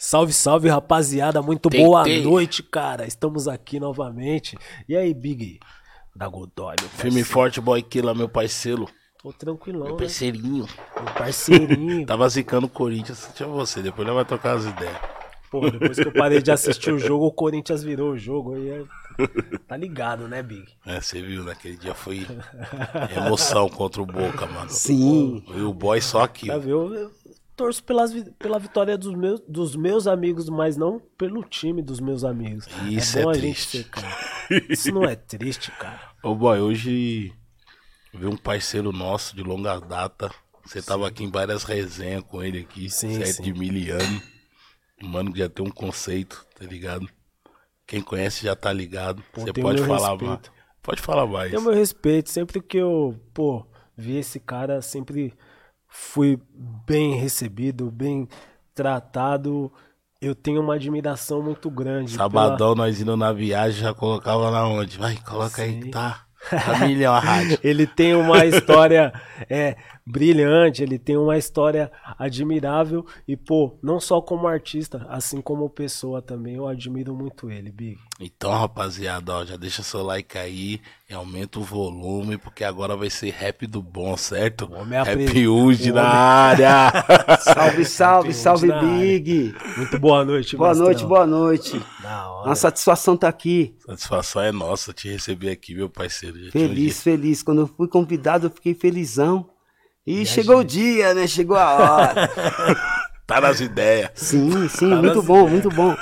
Salve, salve, rapaziada. Muito boa noite, cara. Estamos aqui novamente. E aí, Big da Godoy, meu Firme e forte, boy killer, meu parceiro. Tô tranquilão, meu parceirinho. Né? Meu parceirinho. Tava zicando o Corinthians, tinha você. Depois ele vai trocar as ideias. Pô, depois que eu parei de assistir o jogo, o Corinthians virou o jogo. Aí tá ligado, né, Big? É, você viu, naquele dia foi emoção contra o Boca, mano. Sim. E o boy só aqui. Tá vendo? Eu torço pela vitória dos meus amigos, mas não pelo time dos meus amigos. Isso bom é a triste. Gente ser, cara. Isso não é triste, cara. Ô boy, hoje veio um parceiro nosso de longa data. Você tava aqui em várias resenhas com ele aqui. Sim, você é sim. de Miliano. Mano que já tem um conceito, tá ligado? Quem conhece já tá ligado. Você pode falar mais. Pode falar mais. Tem o meu respeito. Sempre que eu, vi esse cara, sempre fui bem recebido, bem tratado. Eu tenho uma admiração muito grande. Sabadão nós indo na viagem, já colocava na onde? Vai, coloca aí que tá. Família, a rádio. Ele tem uma história brilhante, ele tem uma história admirável e, não só como artista, assim como pessoa também, eu admiro muito ele, Big. Então, rapaziada, ó, já deixa seu like aí e aumenta o volume, porque agora vai ser rap do bom, certo? Rap Hood na área. Salve, salve, salve, Big. Muito boa noite, boa noite, boa noite. Uma satisfação tá aqui. Satisfação é nossa te receber aqui, meu parceiro. Feliz. Quando eu fui convidado, eu fiquei felizão. E chegou o dia, né? Chegou a hora. Tá nas ideias. Sim, tá muito bom, muito bom.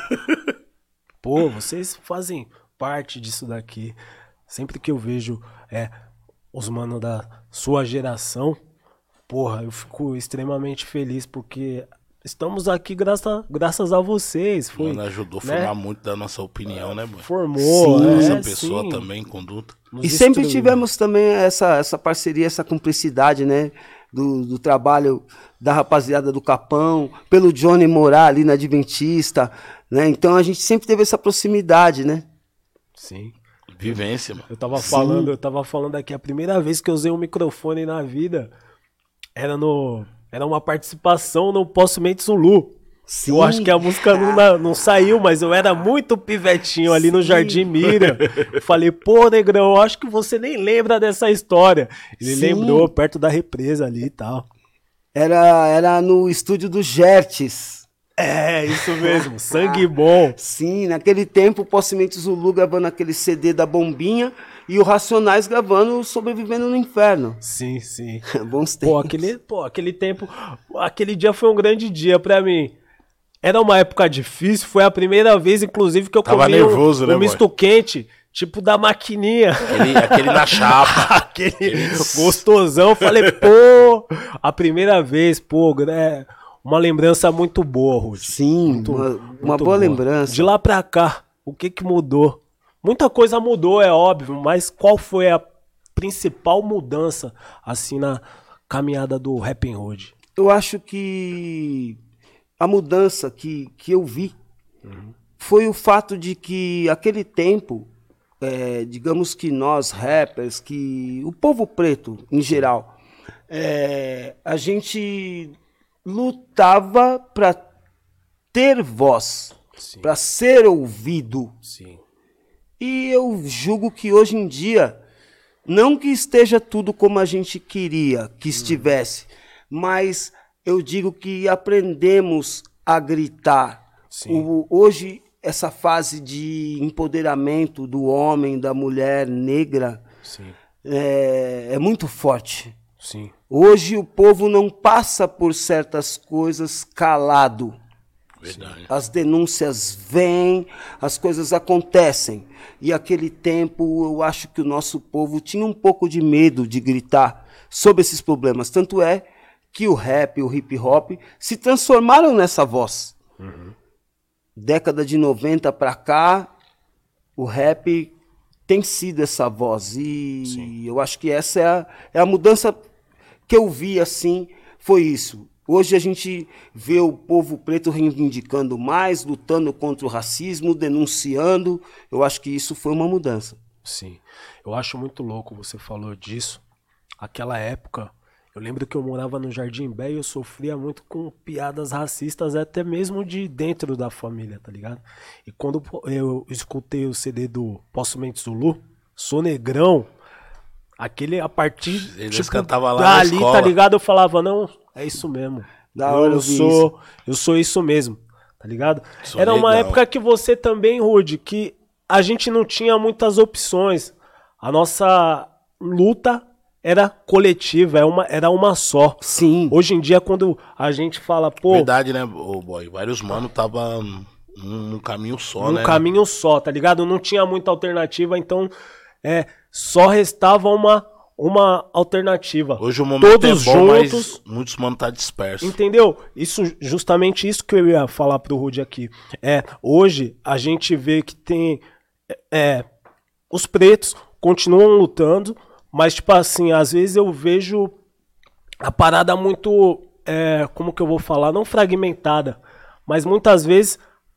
Vocês fazem parte disso daqui. Sempre que eu vejo os manos da sua geração, eu fico extremamente feliz porque estamos aqui graças a vocês. Mano, ajudou a formar muito da nossa opinião, né, mano? Formou. Essa pessoa também, conduta. E sempre tivemos também essa parceria, essa cumplicidade, né? Do trabalho da rapaziada do Capão, pelo Johnny morar ali na Adventista, né? Então a gente sempre teve essa proximidade, né? Sim. Vivência, mano. Eu tava falando aqui, a primeira vez que eu usei um microfone na vida era uma participação no Posso Mente Zulu. Sim. Eu acho que a música não saiu, mas eu era muito pivetinho ali no Jardim Mira. Eu falei, Negrão, eu acho que você nem lembra dessa história. Ele lembrou, perto da represa ali e tal. Era no estúdio do Gertes. É, isso mesmo, Sangue Bom. Sim, naquele tempo o Posso Mente Zulu gravando aquele CD da Bombinha e o Racionais gravando Sobrevivendo no Inferno. Sim. Bons tempos. Aquele tempo, aquele dia foi um grande dia pra mim. Era uma época difícil, foi a primeira vez, inclusive, que eu comi nervoso, um misto quente, tipo da maquininha. Aquele na chapa. aquele gostosão. Falei, a primeira vez, uma lembrança muito boa, Ruth. Sim, uma boa lembrança. De lá pra cá, o que mudou? Muita coisa mudou, é óbvio, mas qual foi a principal mudança, assim, na caminhada do Rappin' Hood? Eu acho que a mudança que eu vi foi o fato de que aquele tempo, digamos que nós rappers, que o povo preto em geral, a gente lutava para ter voz, para ser ouvido. Sim. E eu julgo que hoje em dia, não que esteja tudo como a gente queria que estivesse, mas eu digo que aprendemos a gritar. Hoje, essa fase de empoderamento do homem, da mulher negra, é muito forte. Sim. Hoje o povo não passa por certas coisas calado. Verdade. As denúncias vêm, as coisas acontecem. E aquele tempo eu acho que o nosso povo tinha um pouco de medo de gritar sobre esses problemas. Tanto é que o rap e o hip hop se transformaram nessa voz. Década de 90 para cá, o rap tem sido essa voz. E eu acho que essa é a mudança que eu vi, assim, foi isso. Hoje a gente vê o povo preto reivindicando mais, lutando contra o racismo, denunciando. Eu acho que isso foi uma mudança. Sim. Eu acho muito louco, você falou disso. Aquela época Eu lembro que eu morava no Jardim Bé e eu sofria muito com piadas racistas, até mesmo de dentro da família, tá ligado? E quando eu escutei o CD do Possumente Zulu, Sou Negrão, a partir eles cantavam lá na escola, tá ligado? Eu falava, não, é isso mesmo. Eu sou isso mesmo, tá ligado? Era uma época que você também, Rude, que a gente não tinha muitas opções. A nossa luta era coletiva, era uma só. Sim. Hoje em dia, quando a gente fala, pô... Verdade, né, boy? Vários manos tava num caminho só, né? Num caminho só, tá ligado? Não tinha muita alternativa, então só restava uma alternativa. Hoje o momento todos é bom, juntos, mas muitos manos tá dispersos. Entendeu? Justamente isso que eu ia falar pro Rude aqui. Hoje a gente vê que tem... os pretos continuam lutando, mas, tipo assim, às vezes eu vejo a parada muito, como que eu vou falar? Não fragmentada, mas muitas vezes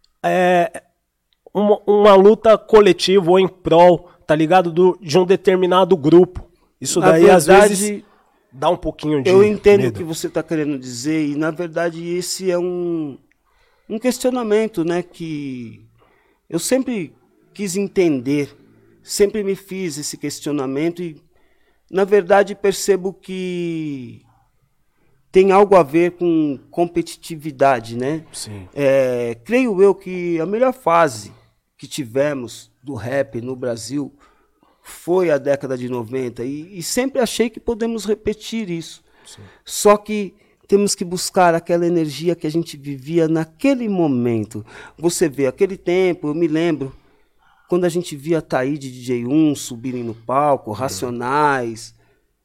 uma luta coletiva ou em prol, tá ligado? De um determinado grupo. Isso daí, às vezes, dá um pouquinho de Eu entendo medo. o que você está querendo dizer, e, na verdade, esse é um questionamento, né, que eu sempre quis entender, sempre me fiz esse questionamento e, na verdade, percebo que tem algo a ver com competitividade, né? Sim. Creio eu que a melhor fase que tivemos do rap no Brasil foi a década de 90 e sempre achei que podemos repetir isso. Sim. Só que temos que buscar aquela energia que a gente vivia naquele momento. Você vê, aquele tempo, eu me lembro, quando a gente via Taíde e DJ1 subirem no palco, Racionais,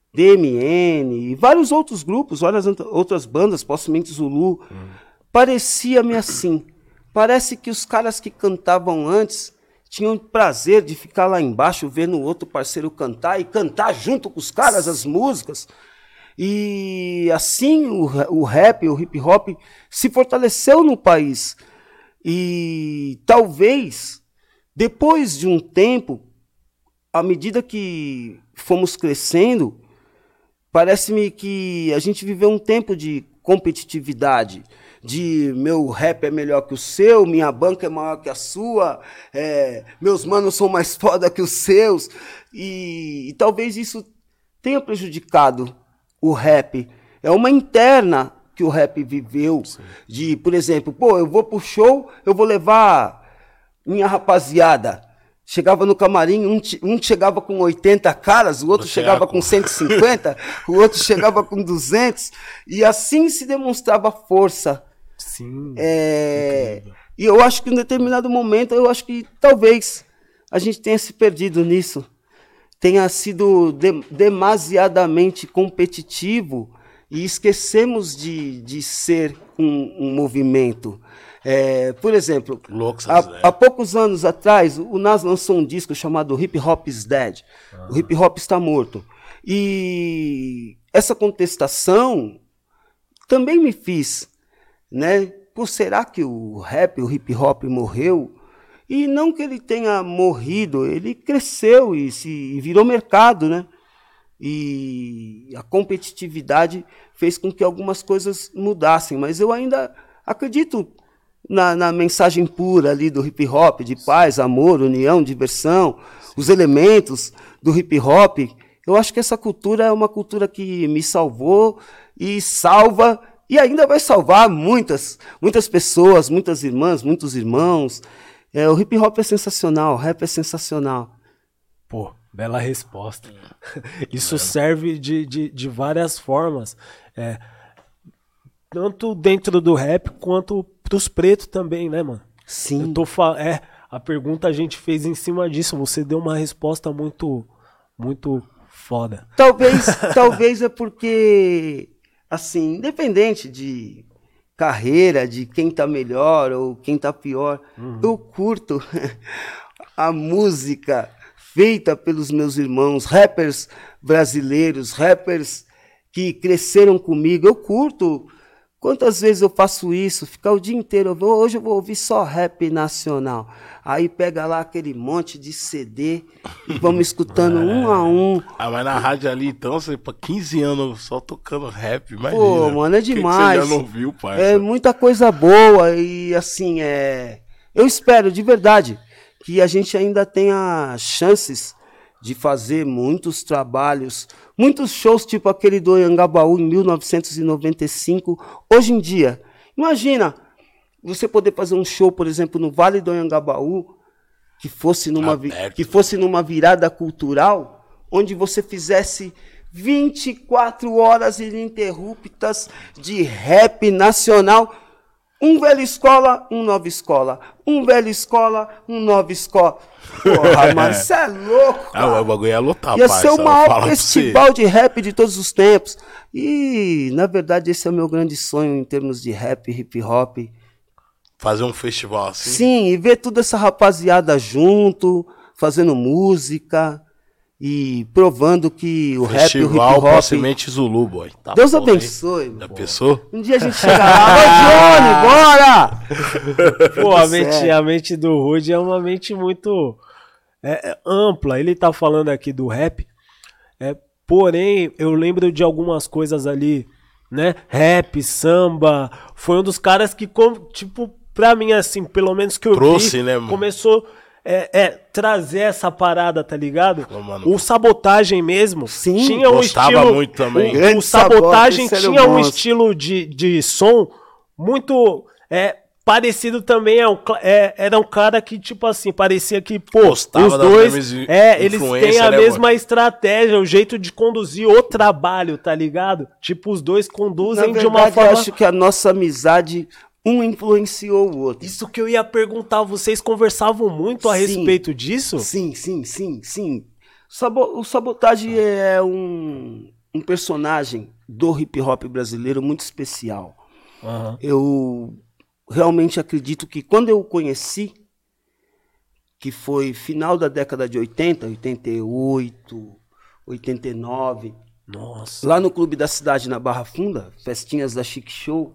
DMN e vários outros grupos, várias outras bandas, Possumente Zulu, parecia-me assim. Parece que os caras que cantavam antes tinham prazer de ficar lá embaixo vendo o outro parceiro cantar e cantar junto com os caras as músicas. E assim o rap, o hip hop se fortaleceu no país. E talvez, depois de um tempo, à medida que fomos crescendo, parece-me que a gente viveu um tempo de competitividade, de meu rap é melhor que o seu, minha banca é maior que a sua, meus manos são mais foda que os seus, e talvez isso tenha prejudicado o rap. É uma interna que o rap viveu. Sim. De, por exemplo, eu vou pro show, eu vou levar minha rapaziada. Chegava no camarim, um chegava com 80 caras, o outro chegava com 150, o outro chegava com 200, e assim se demonstrava força. Sim. E eu acho que em um determinado momento, eu acho que talvez a gente tenha se perdido nisso, tenha sido demasiadamente competitivo e esquecemos de ser um movimento. Por exemplo, há poucos anos atrás, o Nas lançou um disco chamado Hip Hop is Dead. O hip hop está morto. E essa contestação também me fiz, né? Pô, será que o rap, o hip hop morreu? E não que ele tenha morrido, ele cresceu e virou mercado, né? E a competitividade fez com que algumas coisas mudassem, mas eu ainda acredito na mensagem pura ali do hip hop, de paz, amor, união, diversão, os elementos do hip hop. Eu acho que essa cultura é uma cultura que me salvou e salva, e ainda vai salvar muitas pessoas, muitas irmãs, muitos irmãos. O hip hop é sensacional, o rap é sensacional. Pô, bela resposta. Isso serve de várias formas. Tanto dentro do rap quanto pros pretos também, né, mano? Sim. A pergunta a gente fez em cima disso. Você deu uma resposta muito, muito foda. Talvez é porque, assim, independente de carreira, de quem tá melhor ou quem tá pior, eu curto a música feita pelos meus irmãos, rappers brasileiros, rappers que cresceram comigo. Eu curto Quantas vezes eu faço isso? Ficar o dia inteiro, hoje eu vou ouvir só rap nacional. Aí pega lá aquele monte de CD e vamos escutando um a um. Ah, mas na rádio ali, então, você por 15 anos só tocando rap, imagina. Pô, mano, é demais. Que você já não viu, parça? É muita coisa boa e, assim, eu espero, de verdade, que a gente ainda tenha chances de fazer muitos trabalhos, muitos shows, tipo aquele do Anhangabaú em 1995. Hoje em dia, imagina você poder fazer um show, por exemplo, no Vale do Anhangabaú, que fosse numa virada cultural, onde você fizesse 24 horas ininterruptas de rap nacional. Um velho escola, um nova escola. Um velho escola, um nova escola. Porra, mano, isso é louco, cara. O bagulho ia lotar, ia ser o maior festival de rap de todos os tempos. E, na verdade, esse é o meu grande sonho em termos de rap, hip hop. Fazer um festival assim? Sim, e ver toda essa rapaziada junto, fazendo música e provando que o rap e o hip hop... Festival Semente Zulu, boy. Tá, Deus abençoe. Já pensou? Um dia a gente chega lá. Ô, Johnny, bora! Pô, a mente do Rude é uma mente muito ampla. Ele tá falando aqui do rap, porém, eu lembro de algumas coisas ali, né? Rap, samba. Foi um dos caras que, tipo, pra mim, assim, pelo menos que eu trouxe, vi, né, mano? Começou... trazer essa parada, tá ligado? Ô, mano, o Sabotagem mesmo. Sim, tinha um estilo muito também. O Sabotagem tinha um estilo de som muito parecido também. Era um cara que, tipo assim, parecia que, pô, os dois eles têm a mesma estratégia, o jeito de conduzir o trabalho, tá ligado? Tipo, os dois conduzem de uma forma. Eu acho que a nossa amizade um influenciou o outro. Isso que eu ia perguntar, vocês conversavam muito a respeito disso? Sim. O Sabotagem é um personagem do hip hop brasileiro muito especial. Uhum. Eu realmente acredito que quando eu o conheci, que foi final da década de 80, 88, 89, nossa, lá no Clube da Cidade, na Barra Funda, festinhas da Chic Show,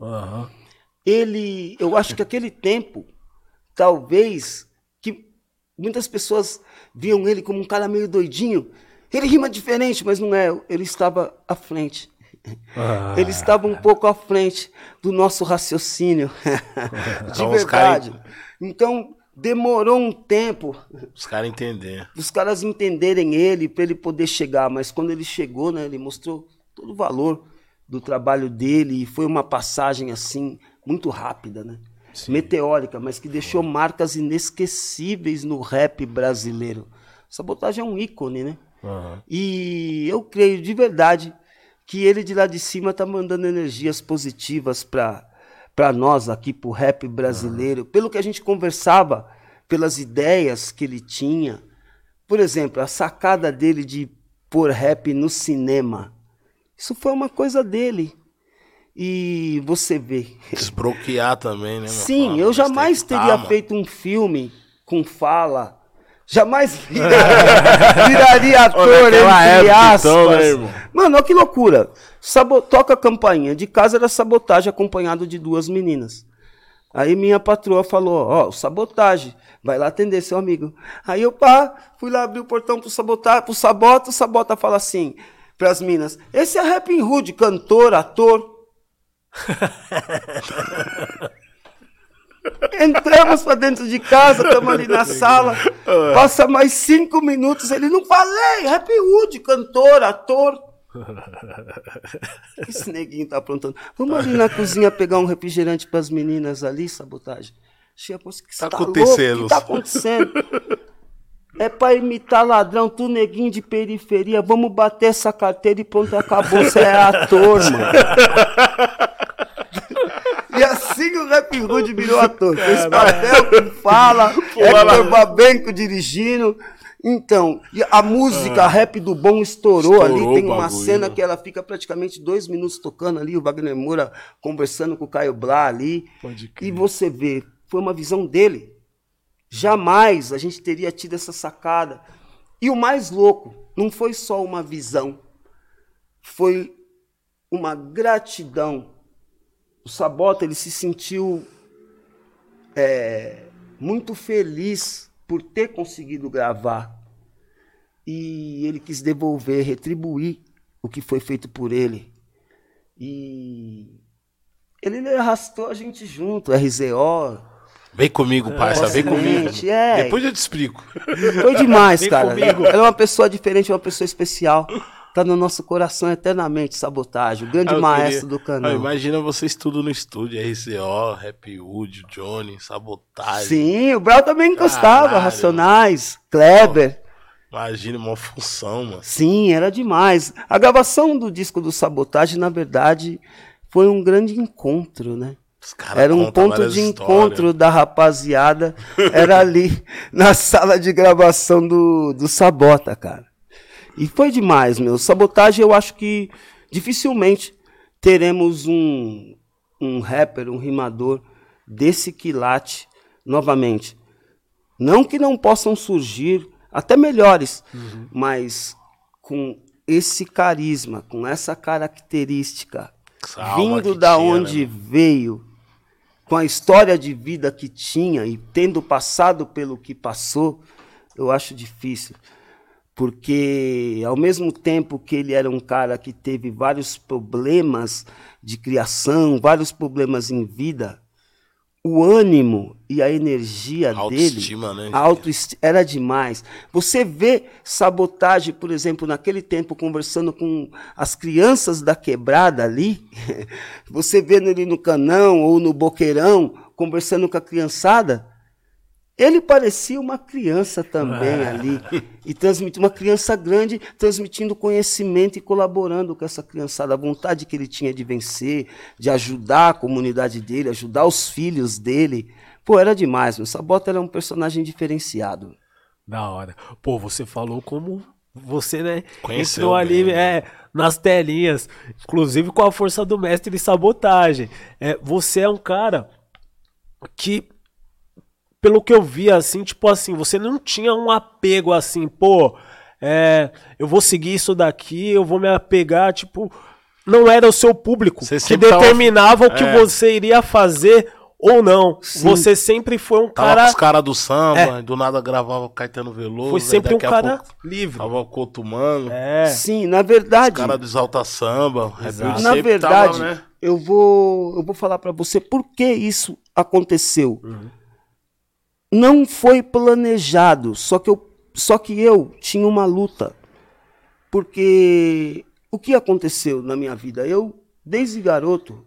eu acho que aquele tempo, talvez, que muitas pessoas viam ele como um cara meio doidinho. Ele rima diferente, mas não é. Ele estava à frente. Ele estava um pouco à frente do nosso raciocínio. De verdade. Então, demorou um tempo. Os caras entenderem. Os caras entenderem ele, para ele poder chegar. Mas quando ele chegou, né, ele mostrou todo o valor do trabalho dele. E foi uma passagem, assim, muito rápida, né? Sim. Meteórica, mas que deixou marcas inesquecíveis no rap brasileiro. Sabotagem é um ícone, né? E eu creio de verdade que ele de lá de cima tá mandando energias positivas para nós aqui, pro rap brasileiro, pelo que a gente conversava, pelas ideias que ele tinha. Por exemplo, a sacada dele de pôr rap no cinema. Isso foi uma coisa dele. E você vê. Desbloquear também, né? Sim, eu jamais teria feito um filme com fala. Jamais viraria ator, entre aspas. Então, né, mano, olha que loucura. Toca a campainha. De casa era Sabotagem, acompanhado de 2 meninas. Aí minha patroa falou, ó, Sabotagem, vai lá atender seu amigo. Aí eu, fui lá abrir o portão pro Sabota, o Sabota fala assim pras minas, esse é Rapping Hood, cantor, ator. Entramos pra dentro de casa, estamos ali na sala, passa mais 5 minutos, ele não falei, Rapping Hood, cantor, ator. Esse neguinho tá aprontando. Vamos ali na cozinha pegar um refrigerante pras meninas ali, Sabotagem. Cheia, o que tá acontecendo? O que tá acontecendo? É pra imitar ladrão, tu neguinho de periferia, vamos bater essa carteira e pronto, acabou, você é ator, mano. E assim o Rapping Hood virou ator. Fez papel com fala, Hector Babenco dirigindo. Então, a música Rap do Bom estourou ali. Tem uma cena que ela fica praticamente 2 minutos tocando ali, o Wagner Moura conversando com o Caio Blá ali. E você vê, foi uma visão dele. Jamais a gente teria tido essa sacada. E o mais louco, não foi só uma visão, foi uma gratidão o Sabota, ele se sentiu muito feliz por ter conseguido gravar. E ele quis devolver, retribuir o que foi feito por ele. E ele arrastou a gente junto, RZO. Vem comigo, parça, vem comigo. Depois eu te explico. Foi demais, cara. Comigo. Ela é uma pessoa diferente, uma pessoa especial. Tá no nosso coração eternamente, Sabotagem, o grande maestro do canal. Imagina vocês tudo no estúdio, RCO, Happy Wood, Johnny, Sabotagem. Sim, o Brau também encostava, Caralho, Racionais, Kleber. Imagina uma função, mano. Sim, era demais. A gravação do disco do Sabotagem, na verdade, foi um grande encontro, né? Era um ponto de encontro da rapaziada, era ali na sala de gravação do Sabota, cara. E foi demais, meu. Sabotagem, eu acho que dificilmente teremos um rapper, um rimador desse quilate novamente. Não que não possam surgir até melhores, mas com esse carisma, com essa característica, vindo da onde veio, com a história de vida que tinha e tendo passado pelo que passou, eu acho difícil. Porque, ao mesmo tempo que ele era um cara que teve vários problemas de criação, vários problemas em vida, o ânimo e a energia autoestima, dele, né? Era demais. Você vê Sabotagem, por exemplo, naquele tempo, conversando com as crianças da quebrada ali, você vendo ele no Canão ou no Boqueirão, conversando com a criançada, ele parecia uma criança também ali, e uma criança grande, transmitindo conhecimento e colaborando com essa criançada, a vontade que ele tinha de vencer, de ajudar a comunidade dele, ajudar os filhos dele. Pô, era demais, meu. Sabota era um personagem diferenciado. Da hora. Pô, você falou como você, né, conheceu entrou ali bem, nas telinhas, inclusive com a força do mestre Sabotagem. Você é um cara que, pelo que eu vi, assim, tipo assim, você não tinha um apego assim, pô, eu vou seguir isso daqui, eu vou me apegar, tipo, não era o seu público que determinava o que você iria fazer ou não. Sim. Você sempre foi um cara... Tava com os caras do samba, do nada gravava Caetano Veloso. Foi sempre um cara livre. Tava o Couto Mano. Sim, na verdade... Os caras do Exalta Samba. Na verdade, tava, né? eu vou falar pra você por que isso aconteceu. Não foi planejado, só que eu tinha uma luta. Porque o que aconteceu na minha vida? Eu, desde garoto,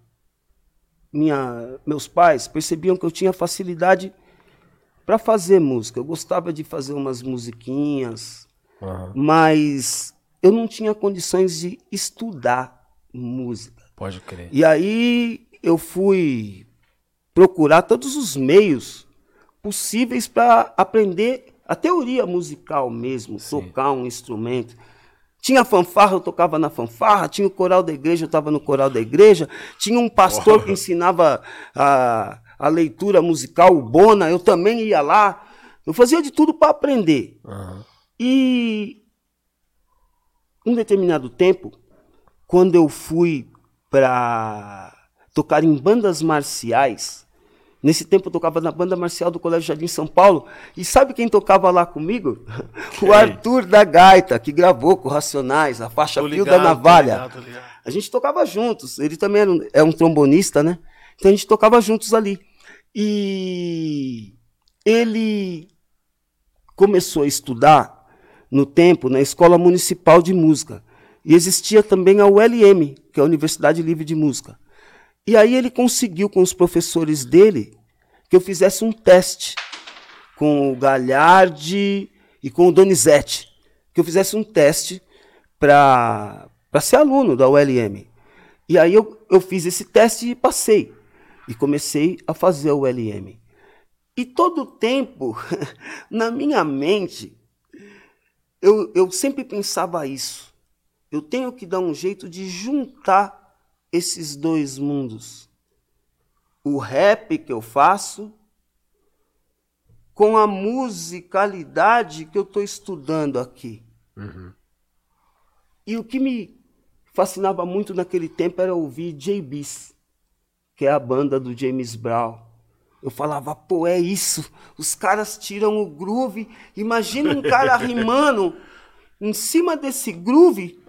meus pais percebiam que eu tinha facilidade para fazer música. Eu gostava de fazer umas musiquinhas, mas eu não tinha condições de estudar música. Pode crer. E aí eu fui procurar todos os meios possíveis para aprender a teoria musical mesmo, tocar um instrumento. Tinha fanfarra, eu tocava na fanfarra, tinha o coral da igreja, eu estava no coral da igreja, tinha um pastor que ensinava a leitura musical, o Bona, eu também ia lá, eu fazia de tudo para aprender. E um determinado tempo, quando eu fui para tocar em bandas marciais, nesse tempo eu tocava na banda marcial do Colégio Jardim São Paulo. E sabe quem tocava lá comigo? O Arthur da Gaita, que gravou com Racionais, a faixa Fio da Navalha. Tô ligado. A gente tocava juntos. Ele também é um trombonista, né? Então a gente tocava juntos ali. E ele começou a estudar no tempo na Escola Municipal de Música. E existia também a ULM, que é a Universidade Livre de Música. E aí ele conseguiu com os professores dele que eu fizesse um teste com o Galhardi e com o Donizete. Que eu fizesse um teste para ser aluno da ULM. E aí eu fiz esse teste e passei. E comecei a fazer a ULM. E todo o tempo, na minha mente, eu sempre pensava isso. Eu tenho que dar um jeito de juntar esses dois mundos. O rap que eu faço com a musicalidade que eu estou estudando aqui. E o que me fascinava muito naquele tempo era ouvir J-Bis, que é a banda do James Brown. Eu falava, pô, é isso. Os caras tiram o groove. Imagina um cara rimando em cima desse groove.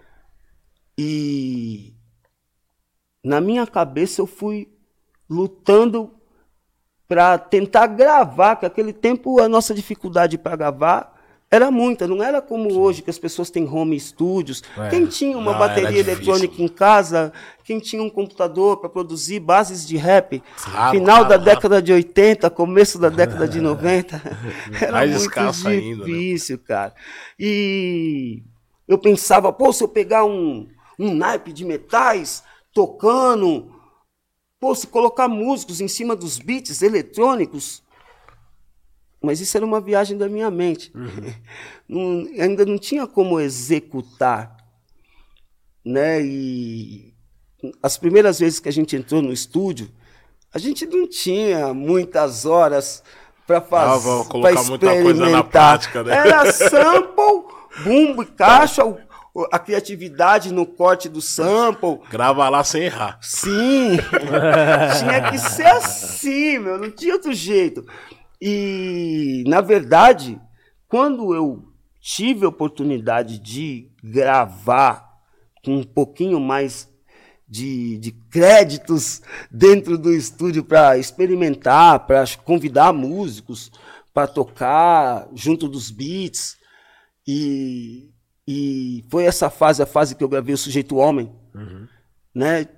E na minha cabeça eu fui lutando para tentar gravar, que naquele tempo a nossa dificuldade para gravar era muita, não era como hoje, que as pessoas têm home studios. Quem tinha uma bateria eletrônica em casa, quem tinha um computador para produzir bases de rap, final da década de 80, começo da década de 90, era mais muito difícil, ainda, né? Cara. E eu pensava, pô, se eu pegar um naipe de metais, tocando, pô, se colocar músicos em cima dos beats eletrônicos. Mas isso era uma viagem da minha mente. Ainda não tinha como executar. Né? E as primeiras vezes que a gente entrou no estúdio, a gente não tinha muitas horas para fazer, para experimentar. Muita coisa na prática, né? Era sample, bumbo e caixa, a criatividade no corte do sample. Grava lá sem errar. Sim, tinha que ser assim, meu, não tinha outro jeito. E, na verdade, quando eu tive a oportunidade de gravar com um pouquinho mais de créditos dentro do estúdio para experimentar, para convidar músicos para tocar junto dos beats, e foi essa fase, a fase que eu gravei o Sujeito Homem, né?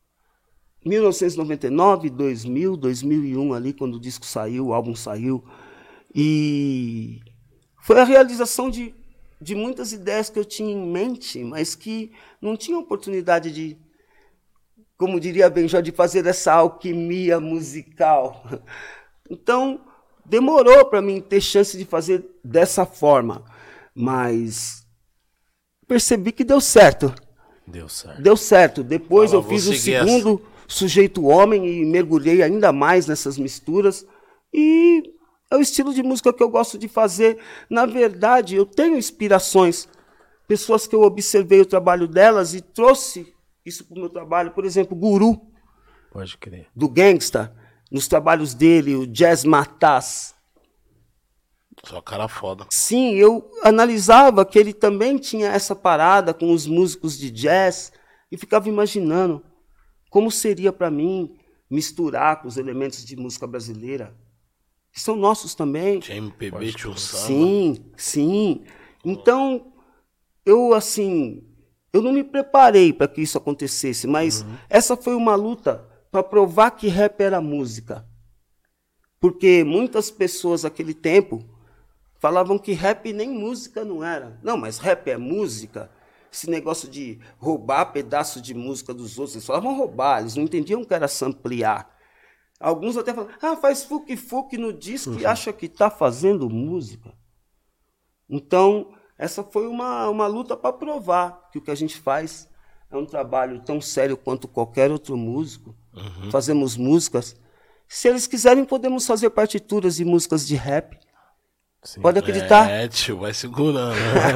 1999, 2000, 2001, ali, quando o disco saiu, o álbum saiu. E foi a realização de muitas ideias que eu tinha em mente, mas que não tinha oportunidade de, como diria Benjó, de fazer essa alquimia musical. Então, demorou para mim ter chance de fazer dessa forma, mas percebi que deu certo. Deu certo. Depois eu fiz o segundo Sujeito Homem e mergulhei ainda mais nessas misturas. E é o estilo de música que eu gosto de fazer. Na verdade, eu tenho inspirações, pessoas que eu observei o trabalho delas e trouxe isso para o meu trabalho. Por exemplo, Guru, pode crer, do Gangsta, nos trabalhos dele, o Jazz Mataz. Só cara foda. Sim, eu analisava que ele também tinha essa parada com os músicos de jazz e ficava imaginando como seria para mim misturar com os elementos de música brasileira, que são nossos também. De MPB, tio samba. Sim, sim. Então, eu não me preparei para que isso acontecesse, mas essa foi uma luta para provar que rap era música. Porque muitas pessoas naquele tempo falavam que rap nem música não era. Não, mas rap é música. Esse negócio de roubar pedaço de música dos outros, eles falavam roubar, eles não entendiam que era samplear. Alguns até falavam, faz fuque-fuque no disco e acha que está fazendo música. Então, essa foi uma luta para provar que o que a gente faz é um trabalho tão sério quanto qualquer outro músico. Fazemos músicas. Se eles quiserem, podemos fazer partituras e músicas de rap. Sim. Pode acreditar? Tio, vai segurando.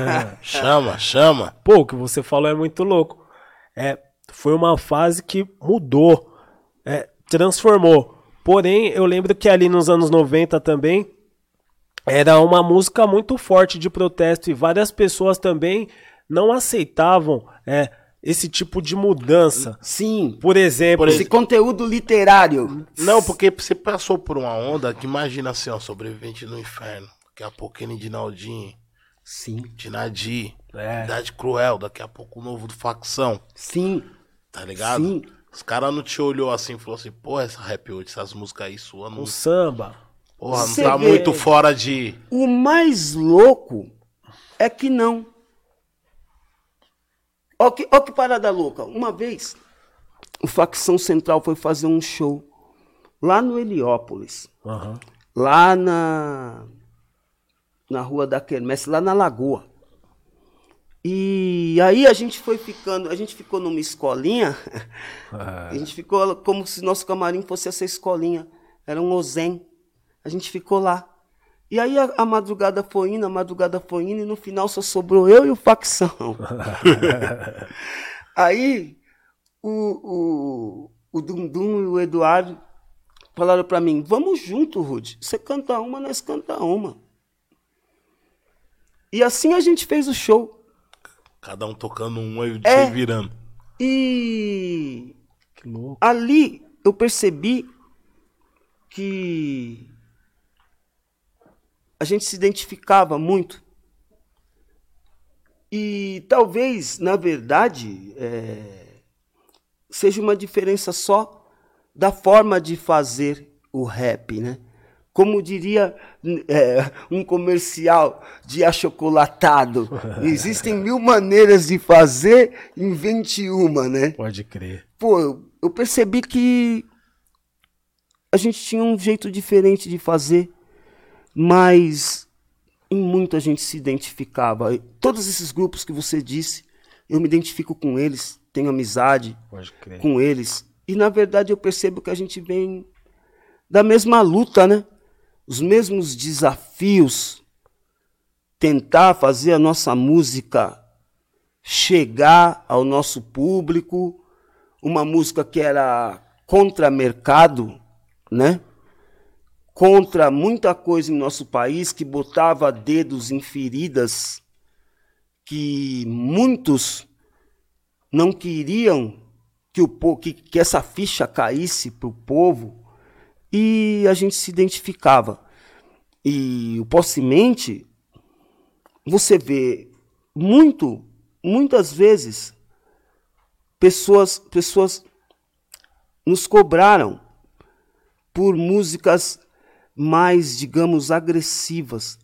Chama. Pô, o que você falou é muito louco. Foi uma fase que mudou, transformou. Porém, eu lembro que ali nos anos 90 também, era uma música muito forte de protesto e várias pessoas também não aceitavam esse tipo de mudança. Sim. Por exemplo... esse conteúdo literário. Não, porque você passou por uma onda que imagina assim, ó, Sobrevivente do Inferno. Daqui a pouco Kenny Dinaldinho. Sim. Dinadi. Idade Cruel. Daqui a pouco o novo do Facção. Sim. Tá ligado? Sim. Os caras não te olhou assim e falou assim, porra, essa rap hoje, essas músicas aí suando. O samba. Porra, não tá muito fora de... O mais louco é que não. Ó que parada louca. Uma vez, o Facção Central foi fazer um show lá no Heliópolis. Lá na Rua da Quermesse, lá na Lagoa. E aí a gente ficou numa escolinha, a gente ficou como se nosso camarim fosse essa escolinha, era um ozen, a gente ficou lá. E aí a madrugada foi indo, e no final só sobrou eu e o Facção. Aí o o Dundum e o Eduardo falaram para mim, vamos junto, Rude. Você canta uma, nós canta uma. E assim a gente fez o show. Cada um tocando uma e se virando. E que louco. Ali eu percebi que a gente se identificava muito. E talvez, na verdade, seja uma diferença só da forma de fazer o rap, né? Como diria um comercial de achocolatado, existem 1000 maneiras de fazer, invente uma, né? Pode crer. Pô, eu percebi que a gente tinha um jeito diferente de fazer, mas em muito a gente se identificava. Todos esses grupos que você disse, eu me identifico com eles, tenho amizade com eles. E, na verdade, eu percebo que a gente vem da mesma luta, né? Os mesmos desafios, tentar fazer a nossa música chegar ao nosso público, uma música que era contra mercado, né? Contra muita coisa em nosso país, que botava dedos em feridas que muitos não queriam que essa ficha caísse para o povo. E a gente se identificava. E o Pós-Semente, você vê muitas vezes, pessoas nos cobraram por músicas mais, digamos, agressivas.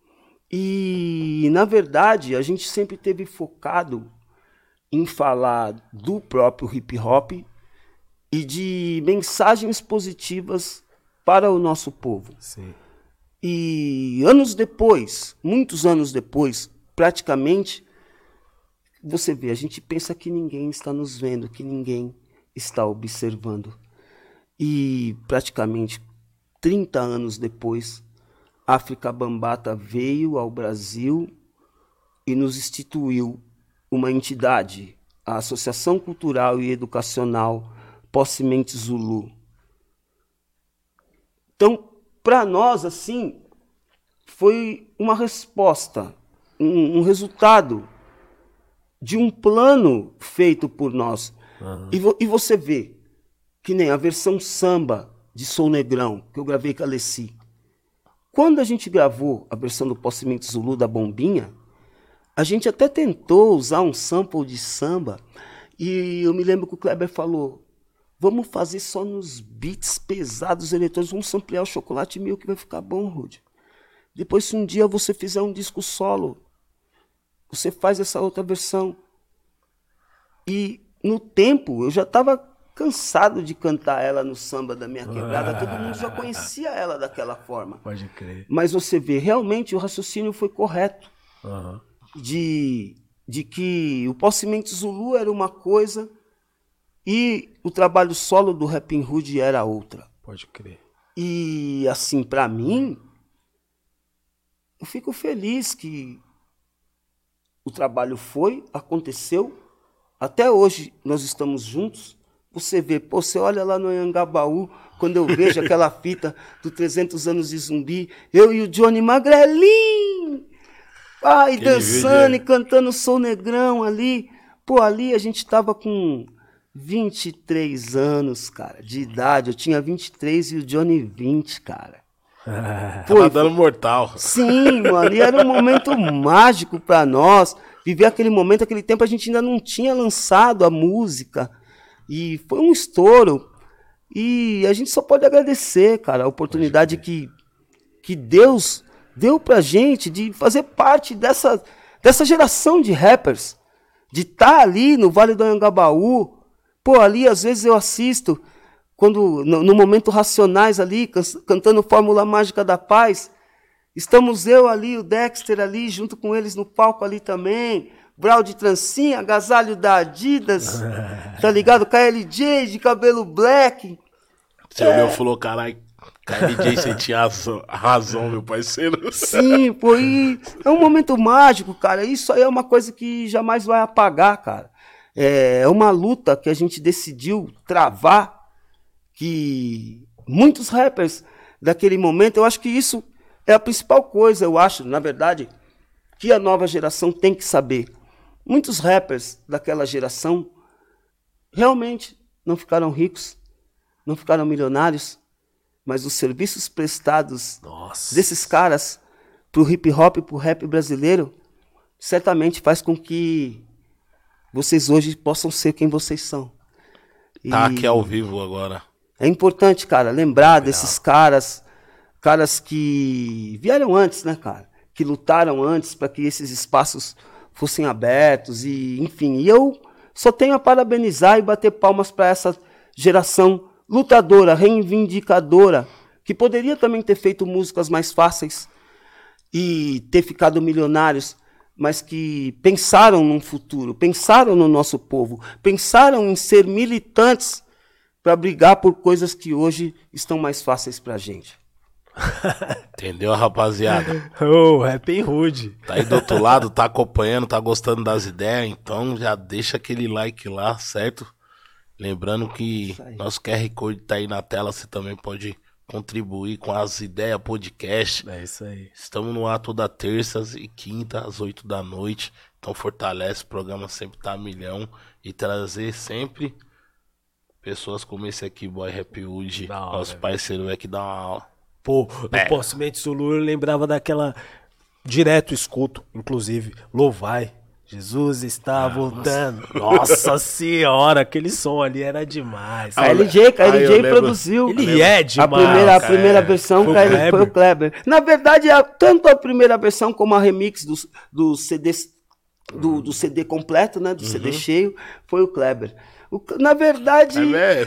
E, na verdade, a gente sempre teve focado em falar do próprio hip-hop e de mensagens positivas para o nosso povo. Sim. E anos depois, muitos anos depois, praticamente, você vê, a gente pensa que ninguém está nos vendo, que ninguém está observando. E praticamente 30 anos depois, África Bambaataa veio ao Brasil e nos instituiu uma entidade, a Associação Cultural e Educacional Pós-Semente Zulu. Então, para nós, assim, foi uma resposta, um resultado de um plano feito por nós. Uhum. E você vê que nem a versão samba de Sou Negrão, que eu gravei com a Alessi. Quando a gente gravou a versão do Pós-Semente Zulu da Bombinha, a gente até tentou usar um sample de samba, e eu me lembro que o Kleber falou, vamos fazer só nos beats pesados eletrônicos, vamos samplear o Chocolate Mil que vai ficar bom, Rude. Depois, se um dia você fizer um disco solo, você faz essa outra versão. E no tempo, eu já estava cansado de cantar ela no samba da minha quebrada, todo mundo já conhecia ela daquela forma. Pode crer. Mas você vê, realmente o raciocínio foi correto. Uhum. De que o Pós-Semente Zulu era uma coisa e o trabalho solo do Rappin' Rude era outra. Pode crer. E assim, para mim, eu fico feliz que o trabalho aconteceu, até hoje nós estamos juntos. Você vê, você olha lá no Anhangabaú, quando eu vejo aquela fita do 300 anos de Zumbi, eu e o Johnny magrelinho, dançando e cantando Sou Negrão ali. Pô, ali a gente tava com 23 anos, cara, de idade. Eu tinha 23 e o Johnny 20, cara. Tava dando mortal. Sim, mano, e era um momento mágico pra nós. Viver aquele momento, aquele tempo, a gente ainda não tinha lançado a música. E foi um estouro. E a gente só pode agradecer, cara, a oportunidade que Deus deu pra gente de fazer parte dessa geração de rappers. De estar ali no Vale do Anhangabaú. Pô, ali às vezes eu assisto, quando no momento Racionais ali, cantando Fórmula Mágica da Paz. Estamos eu ali, o Dexter ali, junto com eles no palco ali também. Brau de trancinha, agasalho da Adidas, tá ligado? KLJ de cabelo black. Você olhou e falou, caralho, KLJ, você tinha razão, meu parceiro. Sim, pô, e é um momento mágico, cara. Isso aí é uma coisa que jamais vai apagar, cara. É uma luta que a gente decidiu travar que muitos rappers daquele momento, eu acho que isso é a principal coisa, eu acho, na verdade, que a nova geração tem que saber. Muitos rappers daquela geração realmente não ficaram ricos, não ficaram milionários, mas os serviços prestados desses caras pro hip hop, pro rap brasileiro, certamente faz com que vocês hoje possam ser quem vocês são. Tá aqui ao vivo agora. É importante, cara, lembrar desses caras que vieram antes, né, cara? Que lutaram antes para que esses espaços fossem abertos e, enfim. E eu só tenho a parabenizar e bater palmas para essa geração lutadora, reivindicadora, que poderia também ter feito músicas mais fáceis e ter ficado milionários, mas que pensaram num futuro, pensaram no nosso povo, pensaram em ser militantes para brigar por coisas que hoje estão mais fáceis pra gente. Entendeu, rapaziada? Ô, Rap Hood. Tá aí do outro lado, tá acompanhando, tá gostando das ideias, então já deixa aquele like lá, certo? Lembrando que nosso QR Code tá aí na tela, você também pode contribuir com as ideias podcast. É isso aí. Estamos no ar toda terças e quinta às 8 da noite, então fortalece, o programa sempre tá a milhão e trazer sempre pessoas como esse aqui, Boy Rap Hood, nosso parceiro aqui dá uma aula. Pô, no Possimento Zulu eu lembrava daquela... Direto escuto, inclusive, Louvai. Jesus está voltando. Nossa senhora, aquele som ali era demais. KLJ produziu. Ele é demais. A primeira versão foi o Kleber. Na verdade, tanto a primeira versão como a remix do CD, do CD completo, né? Do CD cheio, foi o Kleber. Na verdade,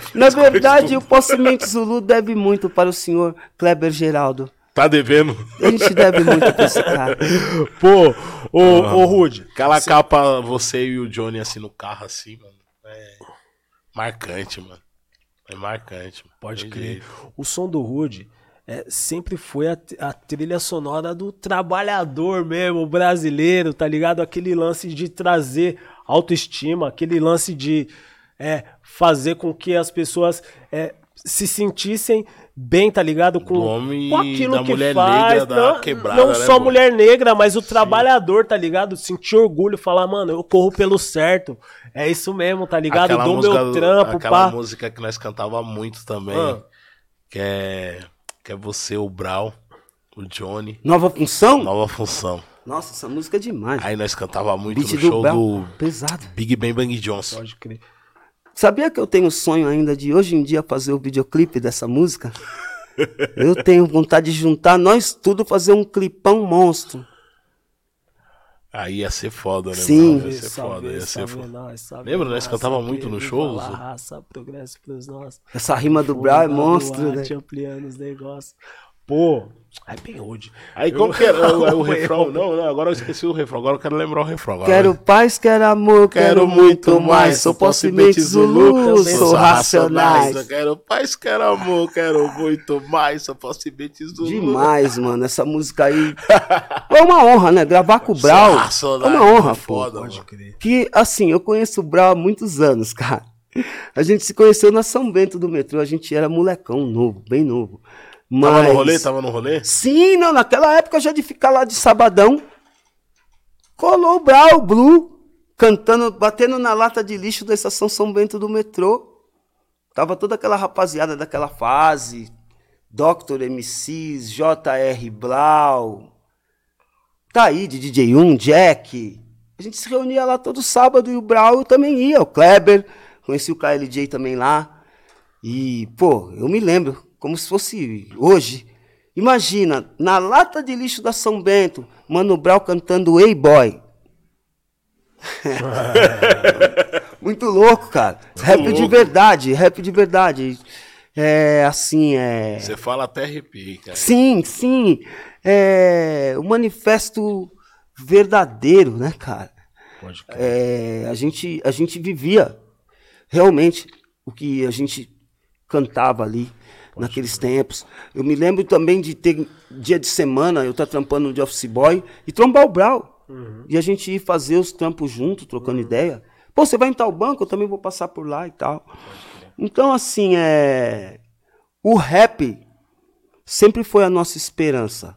o Possimento Zulu deve muito para o senhor Kleber Geraldo. Tá devendo. A gente deve muito pra esse cara. Pô, ô Rude. Aquela capa, você e o Johnny assim no carro, assim, mano. É marcante, mano. É marcante, mano. Pode crer. O som do Rude sempre foi a trilha sonora do trabalhador mesmo, brasileiro, tá ligado? Aquele lance de trazer autoestima, aquele lance de fazer com que as pessoas se sentissem bem, tá ligado? Com aquilo da que mulher faz. Negra, da quebrada, não só né, mulher negra, mas o trabalhador, tá ligado? Sentir orgulho, falar, mano, eu corro pelo certo. É isso mesmo, tá ligado? Aquela Dou música, meu trampo, aquela música que nós cantava muito também, que é você, o Brau, o Johnny. Nova Função? Nova Função. Nossa, essa música é demais. Aí nós cantava muito Beat no show do pesado. Big Bang Bang Johnson. Pode crer. Sabia que eu tenho sonho ainda de hoje em dia fazer o videoclipe dessa música? Eu tenho vontade de juntar nós tudo, fazer um clipão monstro. Aí ia ser foda, né? Sim. Mano? Ia ser foda, ia ser foda. Lembra, nós cantava muito no show? Raça, progresso pros nossos. Essa rima do Brau é monstro, né? Ampliando os negócios. Pô, é bem hoje. Aí como que era o refrão? Não, agora eu esqueci o refrão. Agora eu quero lembrar o refrão. Agora, quero paz, quero amor, quero muito mais. Sou Possimento Zulu, sou Racionais. Quero paz, quero amor, quero muito mais. Sou Possimento Zulu. Demais, mano. Essa música aí. É uma honra, né? Gravar com o Brau. É uma honra, foda, pô. Pode crer. Que, assim, eu conheço o Brau há muitos anos, cara. A gente se conheceu na São Bento do metrô. A gente era molecão novo, bem novo. Mas... Tava no rolê? Sim, não, naquela época já de ficar lá de sabadão, colou o Brau, o Blue, cantando, batendo na lata de lixo da estação São Bento do metrô. Tava toda aquela rapaziada daquela fase, Dr. MCs, J.R. Blau, tá aí de DJ1, Jack. A gente se reunia lá todo sábado e o Brau também ia, o Kleber, conheci o KLJ também lá. E, pô, eu me lembro, como se fosse hoje. Imagina, na lata de lixo da São Bento, Mano Brau cantando Ei Boy. Muito louco, cara. Rap de verdade, rap de verdade. É assim, Você fala até arrepio, cara. Sim. É o manifesto verdadeiro, né, cara? Pode crer. A gente vivia realmente o que a gente cantava ali. Naqueles tempos. Eu me lembro também de ter dia de semana, eu estar trampando de office boy e trombar o Brau. E a gente ir fazer os trampos junto, trocando ideia. Pô, você vai em tal banco, eu também vou passar por lá e tal. Então, assim, o rap sempre foi a nossa esperança.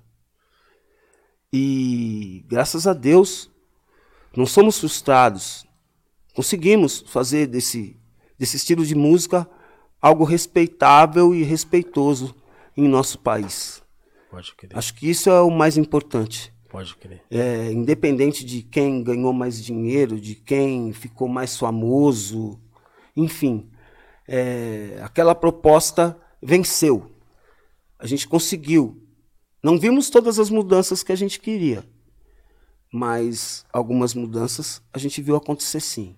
E, graças a Deus, não somos frustrados. Conseguimos fazer desse estilo de música algo respeitável e respeitoso em nosso país. Pode crer. Acho que isso é o mais importante. Pode crer. Independente de quem ganhou mais dinheiro, de quem ficou mais famoso, enfim, aquela proposta venceu. A gente conseguiu. Não vimos todas as mudanças que a gente queria, mas algumas mudanças a gente viu acontecer sim.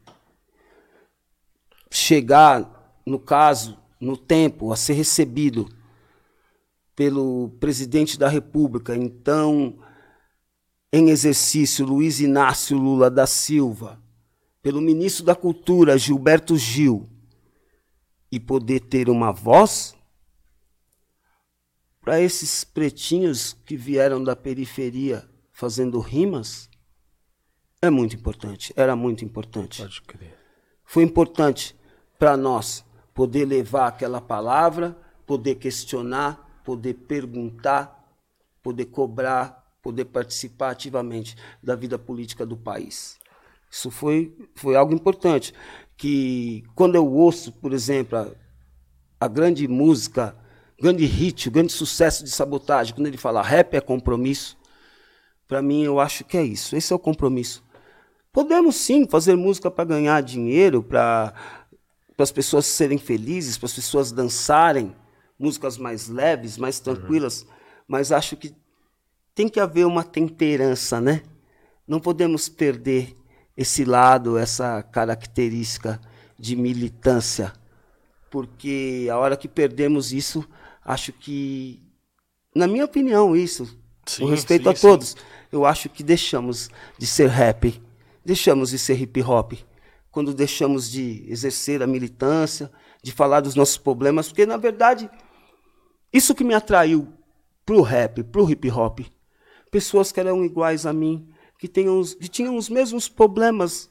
Chegar, no caso, no tempo, a ser recebido pelo presidente da República, então em exercício, Luiz Inácio Lula da Silva, pelo ministro da Cultura, Gilberto Gil, e poder ter uma voz para esses pretinhos que vieram da periferia fazendo rimas, é muito importante, era muito importante. Pode crer. Foi importante para nós poder levar aquela palavra, poder questionar, poder perguntar, poder cobrar, poder participar ativamente da vida política do país. Isso foi algo importante, que quando eu ouço, por exemplo, a grande música, grande hit, o grande sucesso de Sabotagem, quando ele fala rap é compromisso, para mim eu acho que é isso, esse é o compromisso. Podemos sim fazer música para ganhar dinheiro, para as pessoas serem felizes, para as pessoas dançarem, músicas mais leves, mais tranquilas, mas acho que tem que haver uma temperança, né? Não podemos perder esse lado, essa característica de militância, porque a hora que perdemos isso, acho que, na minha opinião, isso, com respeito a todos, eu acho que deixamos de ser rap, deixamos de ser hip hop, quando deixamos de exercer a militância, de falar dos nossos problemas, porque, na verdade, isso que me atraiu pro rap, pro hip hop, pessoas que eram iguais a mim, que tinham os mesmos problemas,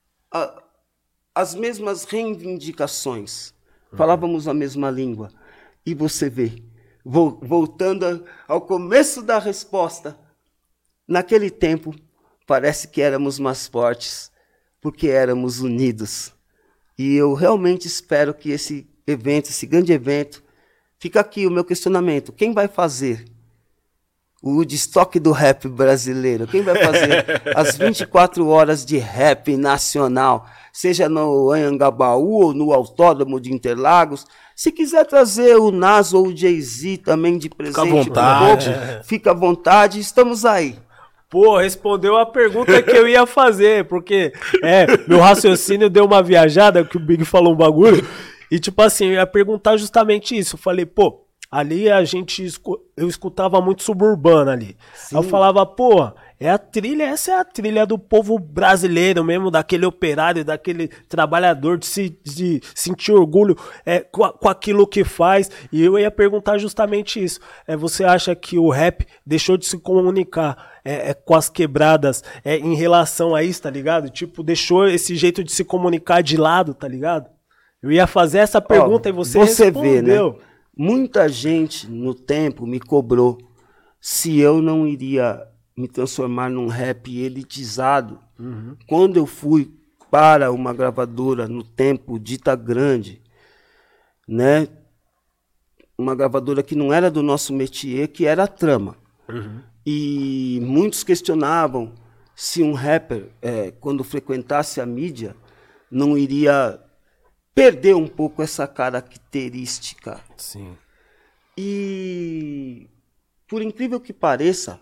as mesmas reivindicações, falávamos a mesma língua. E você vê, voltando ao começo da resposta, naquele tempo, parece que éramos mais fortes, porque éramos unidos. E eu realmente espero que esse evento, esse grande evento, fica aqui o meu questionamento, quem vai fazer o Woodstock do rap brasileiro? Quem vai fazer as 24 horas de rap nacional? Seja no Anhangabaú ou no Autódromo de Interlagos. Se quiser trazer o Nas ou o Jay-Z também de presente, fica à vontade. Fica à vontade, estamos aí. Pô, respondeu a pergunta que eu ia fazer, porque meu raciocínio deu uma viajada, que o Big falou um bagulho, e tipo assim, eu ia perguntar justamente isso. Eu falei, pô, ali eu escutava muito Suburbana ali. Sim. Aí eu falava, pô, essa é a trilha do povo brasileiro mesmo, daquele operário, daquele trabalhador, de sentir orgulho com aquilo que faz. E eu ia perguntar justamente isso. Você acha que o rap deixou de se comunicar com as quebradas em relação a isso, tá ligado? Tipo, deixou esse jeito de se comunicar de lado, tá ligado? Eu ia fazer essa pergunta e você respondeu. Vê, né? Muita gente no tempo me cobrou se eu não iria me transformar num rap elitizado. Uhum. Quando eu fui para uma gravadora no tempo dita grande, né? Uma gravadora que não era do nosso métier, que era a Trama. Uhum. E muitos questionavam se um rapper, quando frequentasse a mídia, não iria perder um pouco essa característica. Sim. E, por incrível que pareça,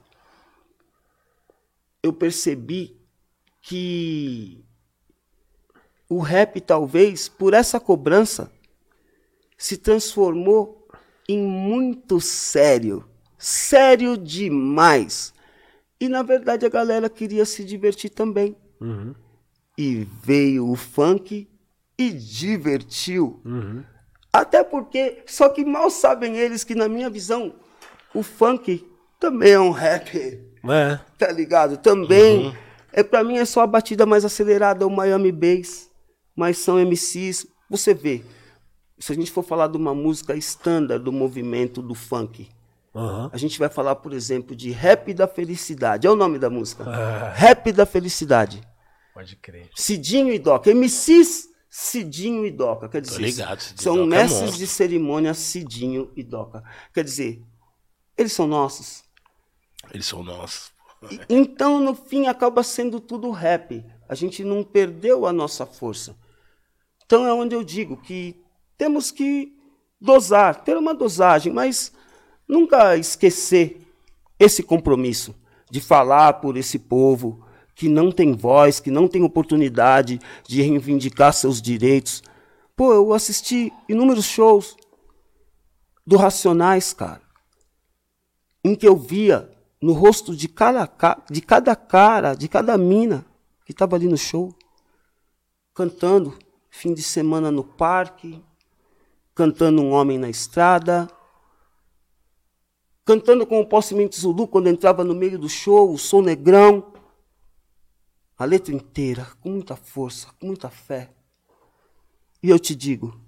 eu percebi que o rap, talvez, por essa cobrança, se transformou em muito sério. Sério demais. E, na verdade, a galera queria se divertir também. Uhum. E veio o funk e divertiu. Uhum. Até porque, só que mal sabem eles que, na minha visão, o funk também é um rap. Tá ligado? Também. Pra mim é só a batida mais acelerada, o Miami Bass, mas são MCs. Você vê, se a gente for falar de uma música standard do movimento do funk, a gente vai falar, por exemplo, de Rap da Felicidade. É o nome da música. Rap da Felicidade. Pode crer. Cidinho e Doca. MCs Cidinho e Doca. Quer dizer, ligado, são mestres de cerimônia Cidinho e Doca. Quer dizer, eles são nossos. Eles são nossos. Então, no fim, acaba sendo tudo rap. A gente não perdeu a nossa força. Então é onde eu digo que temos que dosar, ter uma dosagem, mas nunca esquecer esse compromisso de falar por esse povo que não tem voz, que não tem oportunidade de reivindicar seus direitos. Pô, eu assisti inúmeros shows do Racionais, cara, em que eu via no rosto de cada cara, de cada mina que estava ali no show, cantando fim de semana no parque, cantando Um Homem na Estrada, cantando com o Posse Mente Zulu quando entrava no meio do show, o Sou Negrão. A letra inteira, com muita força, com muita fé. E eu te digo,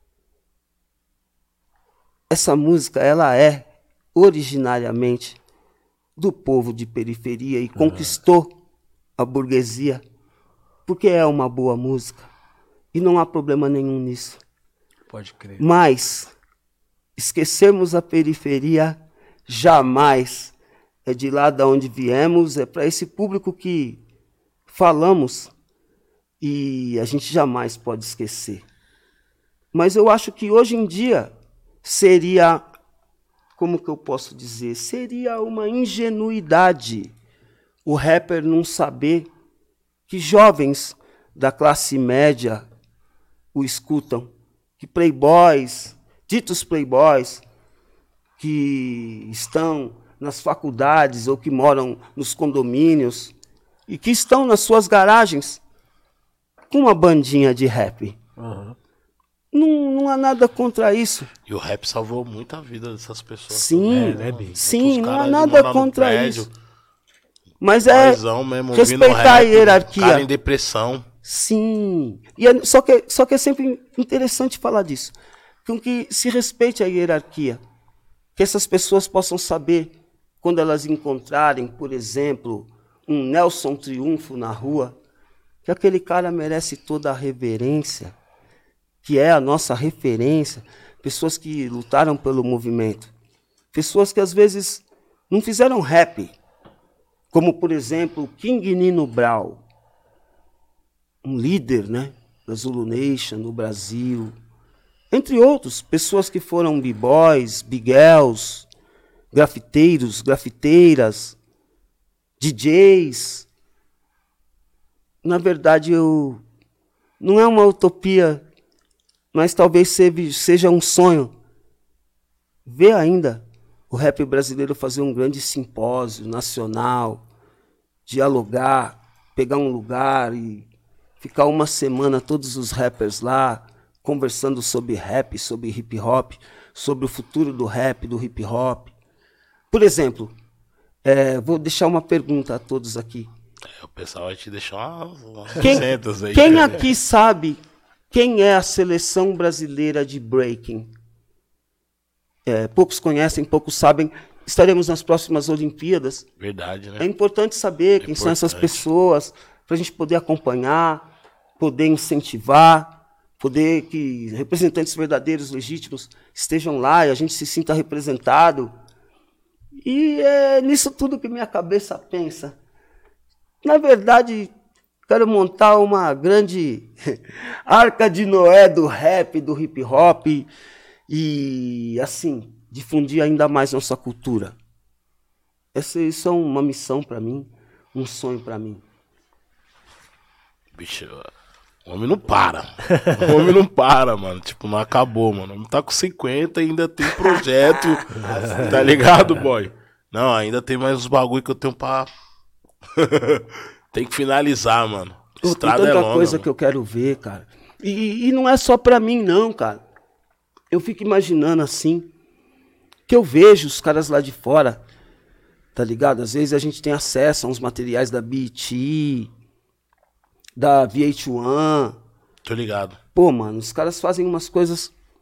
essa música, ela é originariamente do povo de periferia e conquistou a burguesia, porque é uma boa música. E não há problema nenhum nisso. Pode crer. Mas esquecermos a periferia jamais. É de lá de onde viemos, é para esse público que falamos e a gente jamais pode esquecer. Mas eu acho que hoje em dia seria, como que eu posso dizer, seria uma ingenuidade o rapper não saber que jovens da classe média o escutam, que playboys, ditos playboys, que estão nas faculdades ou que moram nos condomínios e que estão nas suas garagens com uma bandinha de rap. Não há nada contra isso. E o rap salvou muita vida dessas pessoas. Sim, né, sim, não há nada contra isso. Mas é mesmo, respeitar a hierarquia. Cara em depressão. Sim. Só que é sempre interessante falar disso. Com que se respeite a hierarquia. Que essas pessoas possam saber, quando elas encontrarem, por exemplo, um Nelson Triunfo na rua, que aquele cara merece toda a reverência, que é a nossa referência. Pessoas que lutaram pelo movimento. Pessoas que às vezes não fizeram rap, como, por exemplo, King Nino Brau, um líder, né, da Zulu Nation no Brasil, entre outros, pessoas que foram b-boys, big-girls, grafiteiros, grafiteiras, DJs. Na verdade, não é uma utopia, mas talvez seja um sonho ver ainda o rap brasileiro fazer um grande simpósio nacional, dialogar, pegar um lugar e ficar uma semana todos os rappers lá, conversando sobre rap, sobre hip hop, sobre o futuro do rap, do hip hop. Por exemplo, vou deixar uma pergunta a todos aqui. O pessoal vai te deixar umas aí. Quem aqui sabe quem é a seleção brasileira de breaking? Poucos conhecem, poucos sabem. Estaremos nas próximas Olimpíadas. Verdade, né? É importante saber quem são essas pessoas, para a gente poder acompanhar, poder incentivar, poder que representantes verdadeiros, legítimos, estejam lá e a gente se sinta representado. E é nisso tudo que minha cabeça pensa. Na verdade, quero montar uma grande arca de Noé do rap, do hip hop e, assim, difundir ainda mais nossa cultura. Isso é uma missão para mim, um sonho para mim. Bicho, o homem não para. O homem não para, mano. Tipo, não acabou, mano. O homem tá com 50 e ainda tem projeto. Tá ligado, boy? Não, ainda tem mais uns bagulho que eu tenho pra... Tem que finalizar, mano. Estrada tem tanta longa, coisa mano. que eu quero ver, cara. E não é só pra mim, não, cara. Eu fico imaginando assim, que eu vejo os caras lá de fora, tá ligado? Às vezes a gente tem acesso a uns materiais da BET, da VH1. Tô ligado. Pô, mano, os caras fazem umas coisas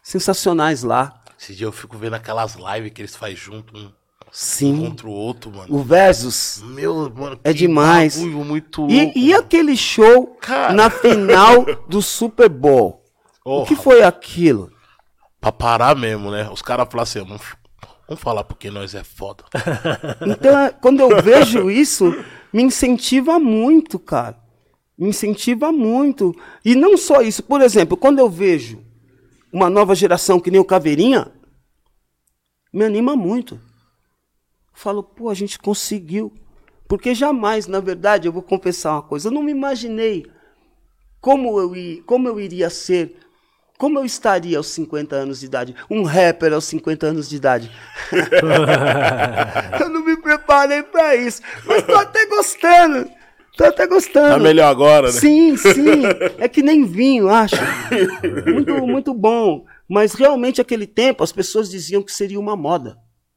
sensacionais lá. Esse dia eu fico vendo aquelas lives que eles fazem junto, um Sim. contra o outro, mano. O Versus Meu, mano, é que demais. bagulho muito louco. E aquele show Cara. na final do Super Bowl? O que foi aquilo? Pra parar mesmo, né? Os caras falam assim, vamos falar porque nós é foda. Então, quando eu vejo isso, me incentiva muito, cara. Me incentiva muito. E não só isso. Por exemplo, quando eu vejo uma nova geração que nem o Caveirinha, me anima muito. Falo, pô, a gente conseguiu. Porque jamais, na verdade, eu vou confessar uma coisa, eu não me imaginei como eu iria ser, como eu estaria aos 50 anos de idade, um rapper aos 50 anos de idade. Eu não me preparei pra isso, mas tô até gostando. Tá melhor agora, né? Sim. É que nem vinho, acho. Muito, muito bom. Mas realmente, naquele tempo, as pessoas diziam que seria uma moda.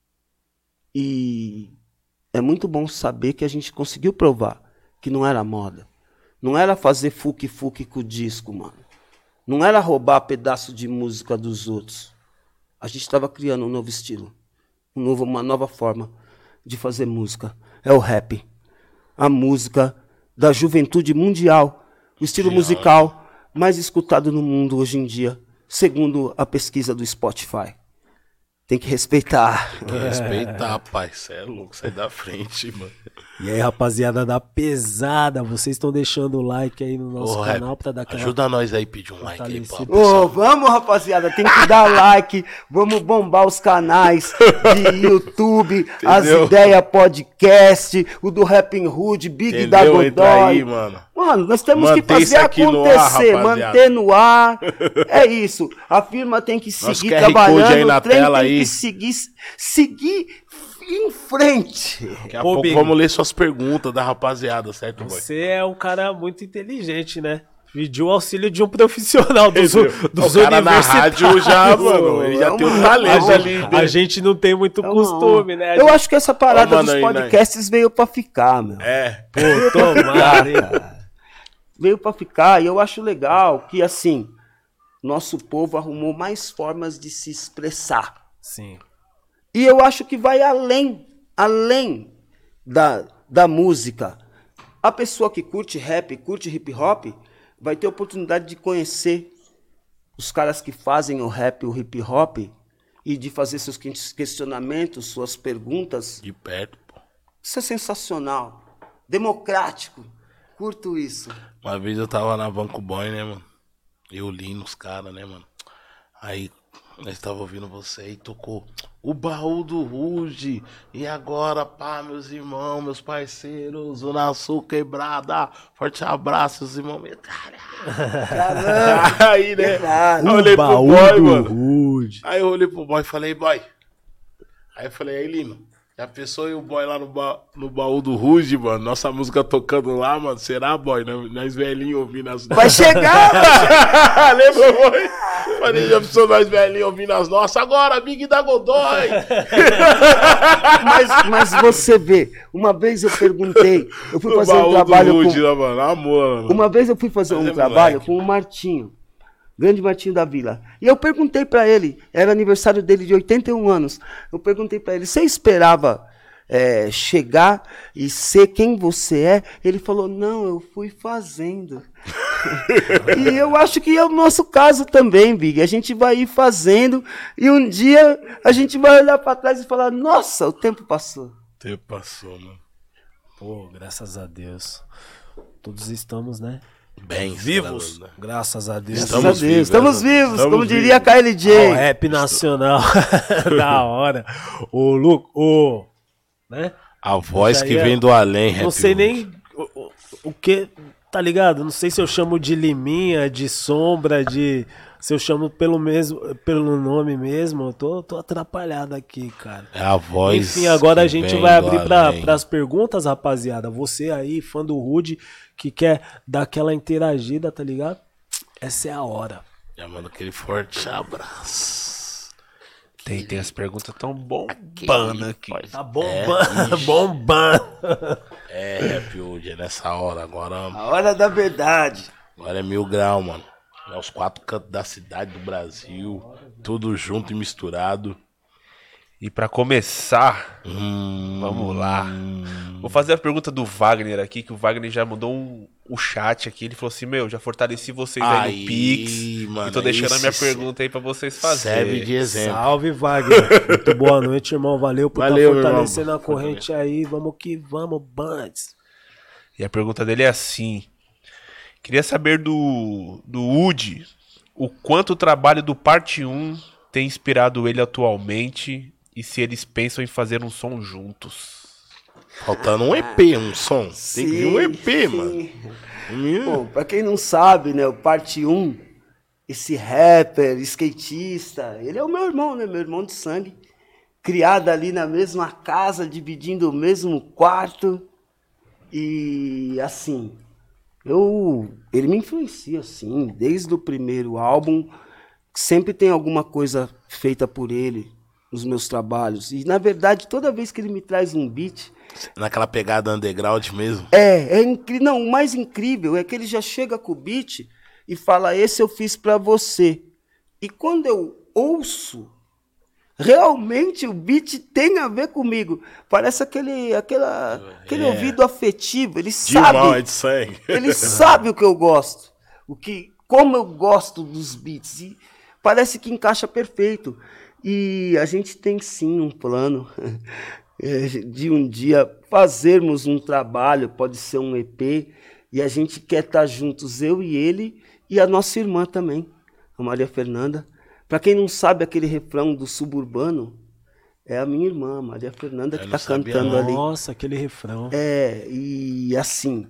E é muito bom saber que a gente conseguiu provar que não era moda. Não era fazer fuque-fuque com o disco, mano. Não era roubar pedaço de música dos outros. A gente estava criando um novo estilo. Uma nova forma de fazer música. É o rap. A música da juventude mundial. O estilo musical mais escutado no mundo hoje em dia, segundo a pesquisa do Spotify. Tem que respeitar. Tem que respeitar, pai. Você é louco, sai da frente, mano. E aí, rapaziada da pesada, vocês estão deixando o like aí no nosso canal pra dar aquela... Ajuda nós aí, pedir um like aí, pô. Vamos, rapaziada, tem que dar like, vamos bombar os canais de YouTube, As Ideias Podcast, o do Rapping Hood, Big da Godoy. Entra aí, mano. Mano, nós temos Manter que fazer acontecer, manter no ar. É isso. A firma tem que seguir trabalhando, aí na tela tem aí. que seguir em frente. Daqui a pouco vamos ler suas perguntas da rapaziada, certo, boy? Você é um cara muito inteligente, né? Pediu o auxílio de um profissional dos o cara na rádio já, mano, ele já tem um talento ali. A gente não tem muito costume, né? Eu acho que essa parada dos podcasts veio pra ficar, meu. Pô, tomara, hein? Veio pra ficar, e eu acho legal que, assim, nosso povo arrumou mais formas de se expressar. Sim. E eu acho que vai além da música. A pessoa que curte rap, curte hip hop, vai ter a oportunidade de conhecer os caras que fazem o rap, o hip hop, e de fazer seus questionamentos, suas perguntas. De perto, pô. Isso é sensacional. Democrático. Curto isso. Uma vez eu tava na Banco Boy, né, mano? Eu li nos caras, né, mano? Aí nós tava ouvindo você e tocou o baú do Ruge. E agora, pá, meus irmãos, meus parceiros, Zona Sul quebrada. Forte abraço, os irmãos. Caramba. Aí, né? Caramba. Eu olhei pro boy, mano. Ruge. Aí eu olhei pro boy e falei, boy. Aí eu falei, aí, Lino, já pensou e o boy lá no baú do Ruge, mano? Nossa música tocando lá, mano. Será, boy? Nós velhinhos ouvindo as... Vai chegar! Lembra, boy? Falei, já pensou nós velhinhos ouvindo as nossas? Agora, Big da Godoy! mas você vê, uma vez eu perguntei, eu fui fazer um trabalho do Ruge, lá, mano. Amor, mano. Uma vez eu fui fazer um trabalho com o Martinho. Grande Martinho da Vila. E eu perguntei pra ele, era aniversário dele de 81 anos. Eu perguntei pra ele, você esperava chegar e ser quem você é? Ele falou, não, eu fui fazendo. E eu acho que é o nosso caso também, Big. A gente vai ir fazendo e um dia a gente vai olhar pra trás e falar, nossa, o tempo passou. O tempo passou, mano. Pô, graças a Deus. Todos estamos, né? Bem vivos, graças a Deus. Estamos vivos, como diria a KLJ. Rap nacional. Da hora. O Lu, né? A voz que vem do além, rap. Não sei nem o que, tá ligado? Não sei se eu chamo de Liminha, de Sombra, se eu chamo pelo nome mesmo. Eu tô atrapalhado aqui, cara. É a voz. Enfim, agora a gente vai abrir pras perguntas, rapaziada. Você aí, fã do Rude, que quer dar aquela interagida, tá ligado? Essa é a hora. Já manda aquele forte abraço. Tem as perguntas tão bombando aqui. Tá bombando, bombando. Rap hoje, é nessa hora. Agora. A hora da verdade. Agora é 1000 graus, mano. É os 4 cantos da cidade do Brasil. Tudo junto e misturado. E pra começar, vamos lá. Vou fazer a pergunta do Wagner aqui, que o Wagner já mandou um chat aqui. Ele falou assim, já fortaleci vocês aí no Pix. Mano, e tô deixando a minha pergunta aí pra vocês fazerem. Serve de exemplo. Salve, Wagner. Muito boa noite, irmão. Valeu por estar fortalecendo irmão. a corrente aí. Vamos que vamos, Bands. E a pergunta dele é assim. Queria saber do Woody o quanto o trabalho do Parte 1 tem inspirado ele atualmente e se eles pensam em fazer um som juntos. Faltando um EP, um som. Tem que vir um EP, mano. Bom, pra quem não sabe, né, o Parte 1, esse rapper, skatista, ele é o meu irmão, né, meu irmão de sangue. Criado ali na mesma casa, dividindo o mesmo quarto. E, assim, ele me influencia, assim, desde o primeiro álbum. Sempre tem alguma coisa feita por ele nos meus trabalhos. E, na verdade, toda vez que ele me traz um beat... Naquela pegada underground mesmo? É incrível. Não, o mais incrível é que ele já chega com o beat e fala, esse eu fiz pra você. E quando eu ouço, realmente o beat tem a ver comigo. Parece aquele ouvido afetivo. Ele sabe. De sangue. Ele sabe o que eu gosto. Como eu gosto dos beats. E parece que encaixa perfeito. E a gente tem sim um plano de um dia fazermos um trabalho, pode ser um EP, e a gente quer estar juntos, eu e ele, e a nossa irmã também, a Maria Fernanda. Para quem não sabe aquele refrão do Suburbano, é a minha irmã, a Maria Fernanda, que está cantando ali. Nossa, aquele refrão. E assim,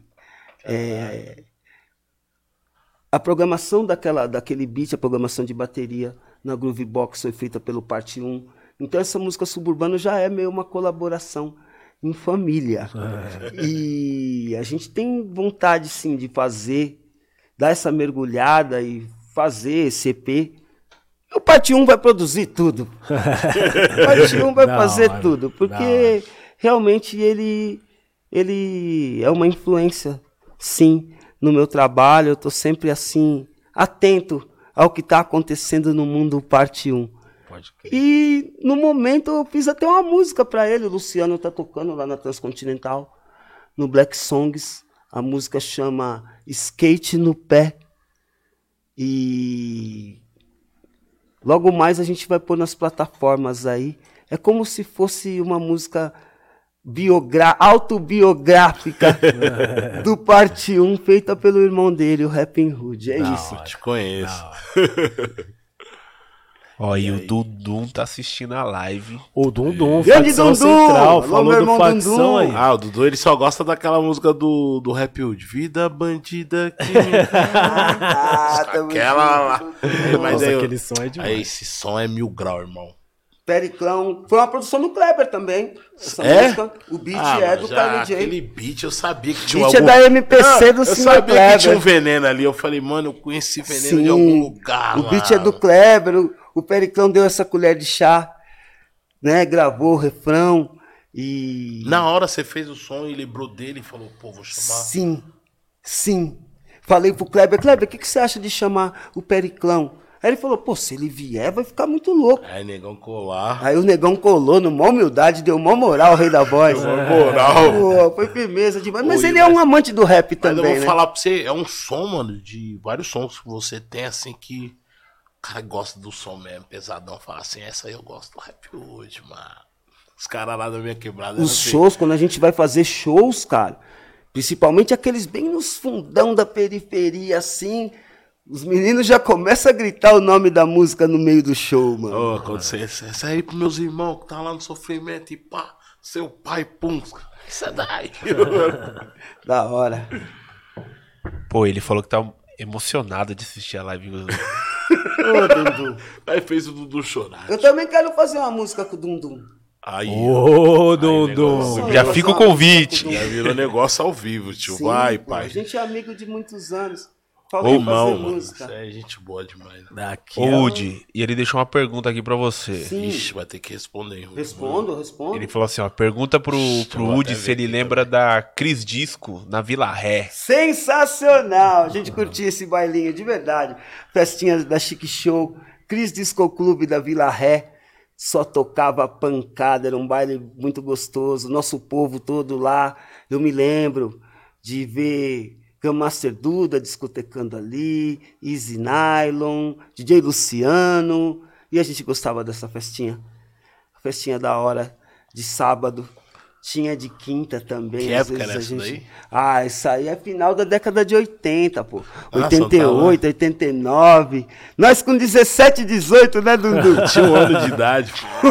a programação daquele beat, a programação de bateria na Groovebox foi feita pelo Parte 1. Então essa música Suburbano já é meio uma colaboração em família. E a gente tem vontade, sim, de dar essa mergulhada e fazer esse EP. O Parte 1 vai produzir tudo. O Parte 1 vai fazer tudo, porque realmente ele é uma influência, sim, no meu trabalho. Eu estou sempre, assim, atento ao que está acontecendo no mundo Parte 1. E no momento eu fiz até uma música para ele. O Luciano tá tocando lá na Transcontinental, no Black Songs. A música chama Skate no Pé. E logo mais a gente vai pôr nas plataformas aí. É como se fosse uma música autobiográfica do Parte 1, feita pelo irmão dele, o Rapping Hood. É isso. Te conheço. Ó, e o Dudum tá assistindo a live. O Dundum, Grande facção Dundum! central, Alô, falou meu do irmão facção Dundum. aí. O Dudu, ele só gosta daquela música do Rap Hood. Vida bandida que... Aquela lá. Mas Nossa, aí, aquele som é demais. Aí, esse som é 1000 grau, irmão. Periclão. Foi uma produção do Kleber também. Essa música. O beat é do Carlos J. Aquele beat, eu sabia que O tinha beat é da MPC do Eu Senhor sabia Kleber. que tinha um veneno ali. Eu falei, mano, eu conheci veneno de algum lugar. O beat é do Kleber. O Periclão deu essa colher de chá, né? Gravou o refrão e... Na hora você fez o som e lembrou dele e falou, pô, vou chamar. Sim. Falei pro Kleber, o que você acha de chamar o Periclão? Aí ele falou, pô, se ele vier vai ficar muito louco. Aí negão colar. Aí o negão colou, numa humildade, deu mó moral ao Rei da Voz. Moral. Pô, foi firmeza demais. Mas ele é um amante do rap Mas também, eu vou né? falar pra você, é um som, mano, de vários sons que você tem, assim, que o cara gosta do som mesmo, pesadão, fala assim, essa aí eu gosto do Rap Hood, mano. Os caras lá da minha quebrada. Os shows, quando a gente vai fazer shows, cara, principalmente aqueles bem nos fundão da periferia, assim, os meninos já começam a gritar o nome da música no meio do show, mano. Quando essa aí pros meus irmãos que tá lá no sofrimento e pá, seu pai, pum, isso é daí. Da hora. Pô, ele falou que tá emocionado de assistir a live. Ô, Dundum. Aí fez o Dudu chorar. Eu também quero fazer uma música com o Dundum. Aí, Ô, Dundum. Já fica o convite. já virou negócio ao vivo, tio. Sim, Vai, pô, pai. A gente é amigo de muitos anos. Ô, Falei irmão, fazer mano. música. Isso é gente boa demais. Né? Daqui Ô, Woody, e ele deixou uma pergunta aqui pra você. Sim. Ixi, vai ter que responder, hein? Respondo. Ele falou assim, ó, pergunta pro Woody se ele lembra da Cris Disco na Vila Ré. Sensacional! A gente curtia esse bailinho, de verdade. Festinha da Chique Show, Cris Disco Clube da Vila Ré, só tocava pancada, era um baile muito gostoso, nosso povo todo lá. Eu me lembro de ver Grandmaster Duda discotecando ali, Easy Nylon, DJ Luciano, e a gente gostava dessa festinha. Festinha da hora, de sábado. Tinha de quinta também. Que às época vezes era a essa gente... daí? Ah, isso aí é final da década de 80, pô. Ah, 88, 89. Nós com 17, 18, né, Dudu? Tinha 1 ano de idade.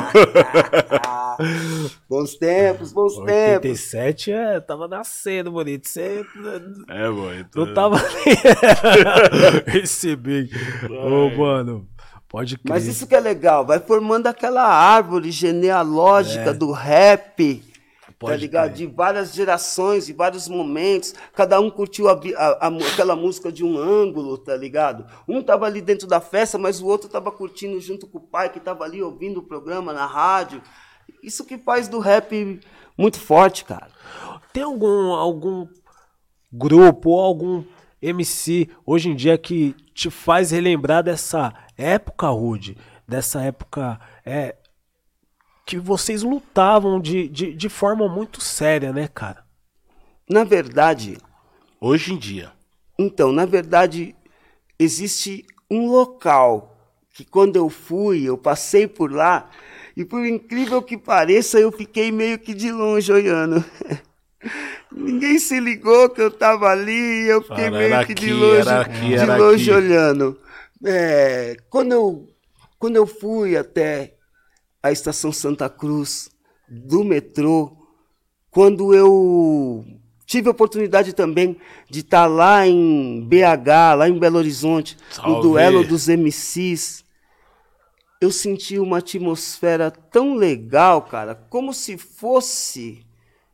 Bons tempos, bons tempos. 87 tava nascendo, bonito. Você Mano. não tava nem. Esse big. Ô, mano, pode crer. Mas isso que é legal, vai formando aquela árvore genealógica do rap. Tá ligado? De várias gerações, de vários momentos. Cada um curtiu aquela música de um ângulo, tá ligado? Um tava ali dentro da festa, mas o outro tava curtindo junto com o pai, que tava ali ouvindo o programa na rádio. Isso que faz do rap muito forte, cara. Tem algum grupo ou algum MC hoje em dia que te faz relembrar dessa época, Rude? Dessa época que vocês lutavam de forma muito séria, né, cara? Na verdade... Hoje em dia. Então, na verdade, existe um local que quando eu fui, eu passei por lá, e por incrível que pareça, eu fiquei meio que de longe olhando. Ninguém se ligou que eu tava ali, eu fiquei meio que de longe olhando. Quando eu fui até a Estação Santa Cruz do metrô, quando eu tive a oportunidade também de estar lá em BH, lá em Belo Horizonte, no duelo dos MCs, eu senti uma atmosfera tão legal, cara, como se fosse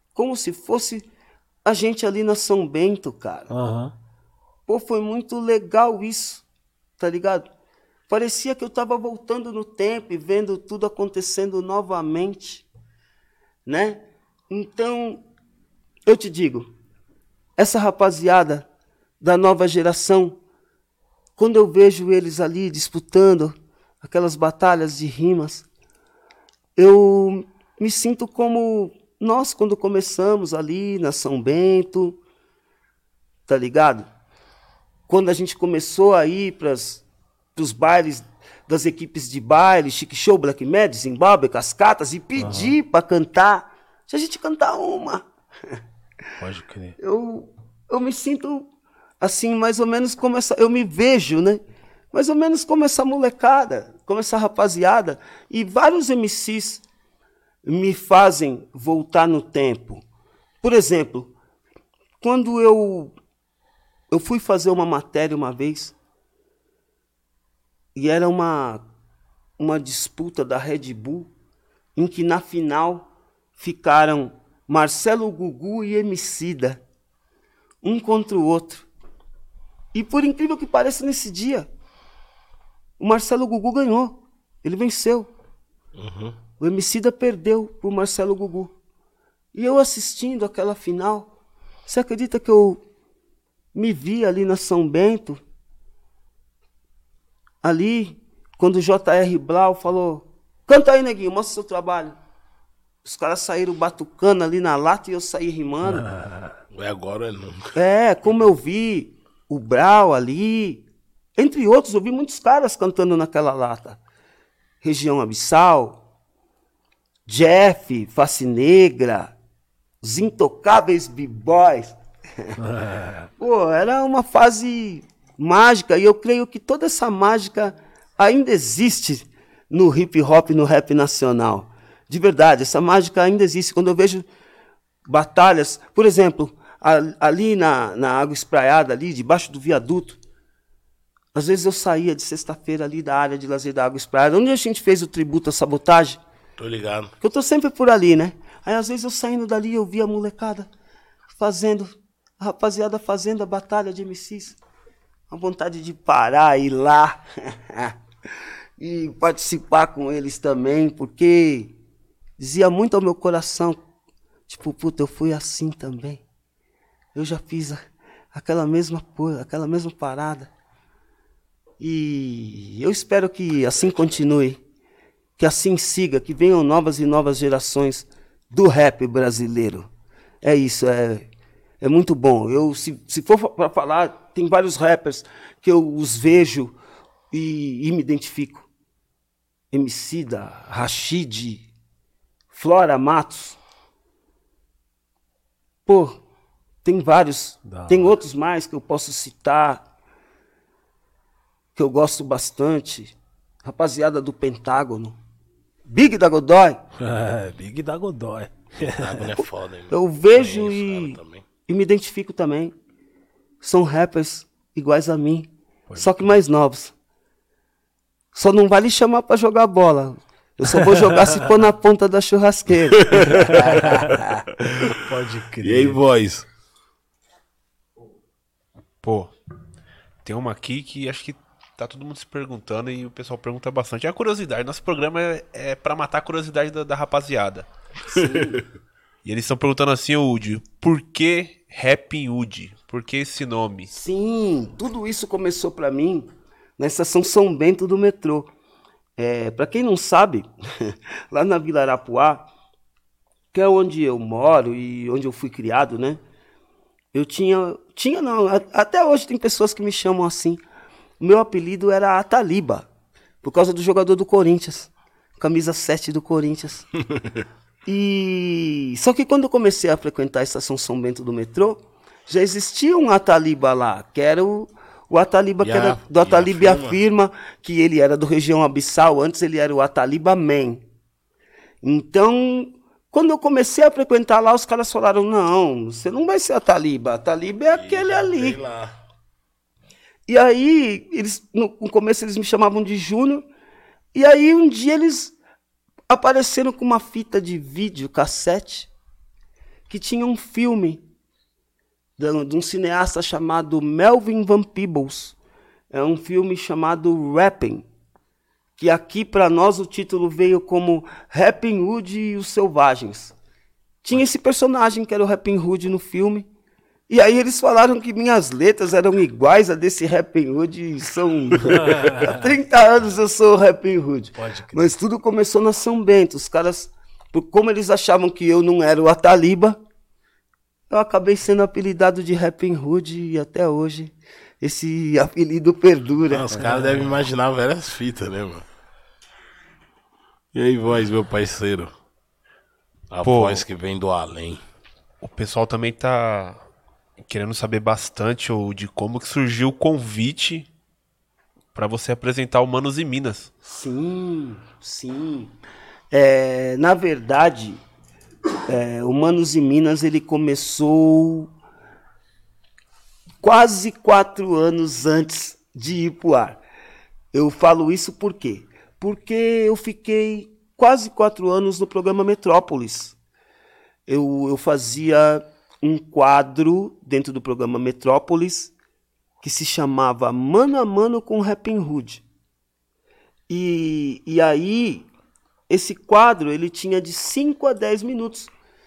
a gente ali na São Bento, cara. Uhum. Pô, foi muito legal isso, tá ligado? Parecia que eu estava voltando no tempo e vendo tudo acontecendo novamente, né? Então, eu te digo, essa rapaziada da nova geração, quando eu vejo eles ali disputando aquelas batalhas de rimas, eu me sinto como nós quando começamos ali na São Bento, tá ligado? Quando a gente começou a ir para os bailes das equipes de baile, Chique Show, Black Mad, Zimbábue, Cascatas, e pedir para cantar. Se a gente cantar uma. Pode crer. Eu me sinto assim, mais ou menos como essa... Eu me vejo, né? Mais ou menos como essa molecada, como essa rapaziada. E vários MCs me fazem voltar no tempo. Por exemplo, quando eu fui fazer uma matéria uma vez, e era uma disputa da Red Bull, em que na final ficaram Marcelo Gugu e Emicida, um contra o outro. E por incrível que pareça, nesse dia, o Marcelo Gugu ganhou. Ele venceu. Uhum. O Emicida perdeu pro Marcelo Gugu. E eu assistindo aquela final, você acredita que eu me vi ali na São Bento? Ali, quando o J.R. Blau falou, canta aí, neguinho, mostra seu trabalho. Os caras saíram batucando ali na lata e eu saí rimando. É agora ou é nunca. Como eu vi o Brau ali, entre outros, eu vi muitos caras cantando naquela lata. Região Abissal, Jeff, Face Negra, os Intocáveis B-Boys. Pô, era uma fase mágica, e eu creio que toda essa mágica ainda existe no hip hop, no rap nacional. De verdade, essa mágica ainda existe. Quando eu vejo batalhas, por exemplo, ali na Água Espraiada, ali debaixo do viaduto, às vezes eu saía de sexta-feira ali da área de lazer da Água Espraiada, onde a gente fez o tributo à sabotagem. Tô ligado. Porque eu tô sempre por ali, né? Aí às vezes eu saindo dali, eu via a molecada fazendo, a rapaziada fazendo a batalha de MCs. A vontade de parar, ir lá e participar com eles também, porque dizia muito ao meu coração, tipo, puta, eu fui assim também. Eu já fiz aquela mesma coisa, aquela mesma parada. E eu espero que assim continue, que assim siga, que venham novas e novas gerações do rap brasileiro. É isso, é muito bom. Eu, se for para falar, tem vários rappers que eu os vejo e me identifico. Emicida, Rashid, Flora Matos. Pô, tem vários. Tem outros mais que eu posso citar, que eu gosto bastante. Rapaziada do Pentágono. Big da Godoy. Big da Godoy. Pentágono é foda, hein? Eu vejo e me identifico também. São rappers iguais a mim, só que mais novos. Só não vale chamar pra jogar bola. Eu só vou jogar se for na ponta da churrasqueira. Pode crer. E aí, boys? Pô, tem uma aqui que acho que tá todo mundo se perguntando e o pessoal pergunta bastante. É a curiosidade. Nosso programa é pra matar a curiosidade da rapaziada. Sim. E eles estão perguntando assim, Udi, por que Rapping Udi? Por que esse nome? Sim, tudo isso começou pra mim na estação São Bento do metrô. Para quem não sabe, lá na Vila Arapuá, que é onde eu moro e onde eu fui criado, né? Eu não, até hoje tem pessoas que me chamam assim. O meu apelido era Ataliba, por causa do jogador do Corinthians, camisa 7 do Corinthians. E só que quando eu comecei a frequentar a estação São Bento do metrô, já existia um Ataliba lá, que era o Ataliba, que era do Ataliba e a firma, que ele era do região abissal, antes ele era o Ataliba Man. Então, quando eu comecei a frequentar lá, os caras falaram, não, você não vai ser Ataliba é aquele ali. E aí, no começo eles me chamavam de Júnior, e aí um dia eles apareceram com uma fita de vídeo, cassete, que tinha um filme de um cineasta chamado Melvin Van Peebles. É um filme chamado Rapping, que aqui para nós o título veio como Rapping Hood e os Selvagens. Tinha esse personagem que era o Rapping Hood no filme, e aí eles falaram que minhas letras eram iguais a desse Rapping Hood, e são... há 30 anos eu sou o Rapping Hood. Mas tudo começou na São Bento. Os caras, como eles achavam que eu não era o Ataliba, eu acabei sendo apelidado de Rapping Hood e até hoje esse apelido perdura. Os caras devem imaginar várias fitas, né, mano? E aí, voz, meu parceiro? A voz que vem do além. O pessoal também tá querendo saber bastante de como que surgiu o convite para você apresentar o Manos e Minas. Sim, sim. Na verdade... o Manos e Minas ele começou quase 4 anos antes de ir pro ar. Eu falo isso por quê? Porque eu fiquei quase 4 anos no programa Metrópolis. Eu fazia um quadro dentro do programa Metrópolis que se chamava Mano a Mano com Rapping Hood. E aí, esse quadro ele tinha de 5 a 10 minutos.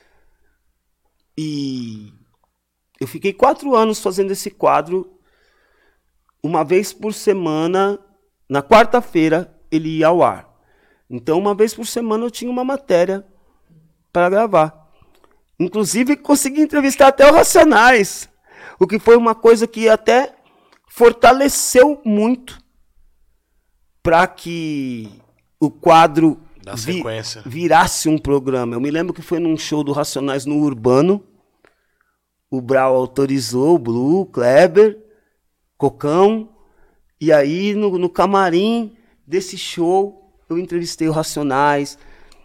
E eu fiquei 4 anos fazendo esse quadro. Uma vez por semana, na quarta-feira, ele ia ao ar. Então, uma vez por semana, eu tinha uma matéria para gravar. Inclusive, consegui entrevistar até o Racionais, o que foi uma coisa que até fortaleceu muito para que o quadro virasse um programa. Eu me lembro que foi num show do Racionais no Urbano. O Brau autorizou, o Blue, Kleber, Cocão. E aí, no camarim desse show, eu entrevistei o Racionais.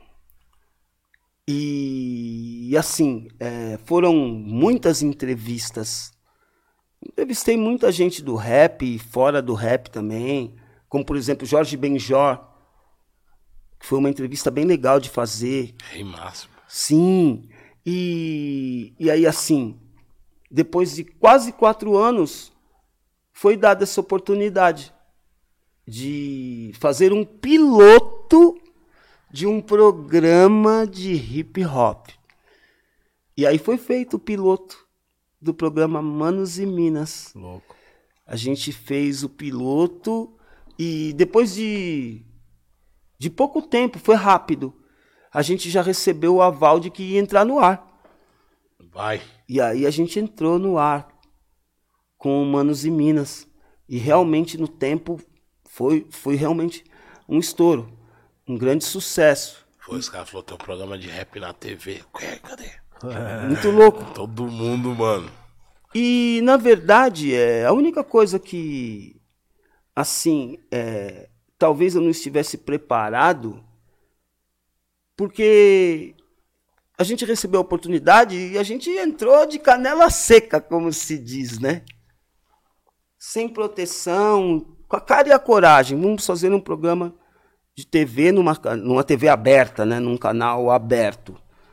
E assim, foram muitas entrevistas. Entrevistei muita gente do rap e fora do rap também. Como, por exemplo, Jorge Benjor, que foi uma entrevista bem legal de fazer. Rei máximo. Sim. E aí, assim, depois de quase 4 anos, foi dada essa oportunidade de fazer um piloto de um programa de hip hop. E aí foi feito o piloto do programa Manos e Minas. Louco. A gente fez o piloto E depois de pouco tempo, foi rápido, a gente já recebeu o aval de que ia entrar no ar. Vai. E aí a gente entrou no ar com Manos e Minas. E realmente no tempo foi realmente um estouro, um grande sucesso. Foi, os caras falaram, tem um programa de rap na TV. Cadê? Muito louco. Todo mundo, mano. E, na verdade, a única coisa que, assim, talvez eu não estivesse preparado, porque a gente recebeu a oportunidade e a gente entrou de canela seca, como se diz, né? Sem proteção, com a cara e a coragem. Vamos fazer um programa de TV numa TV aberta, né? Num canal aberto.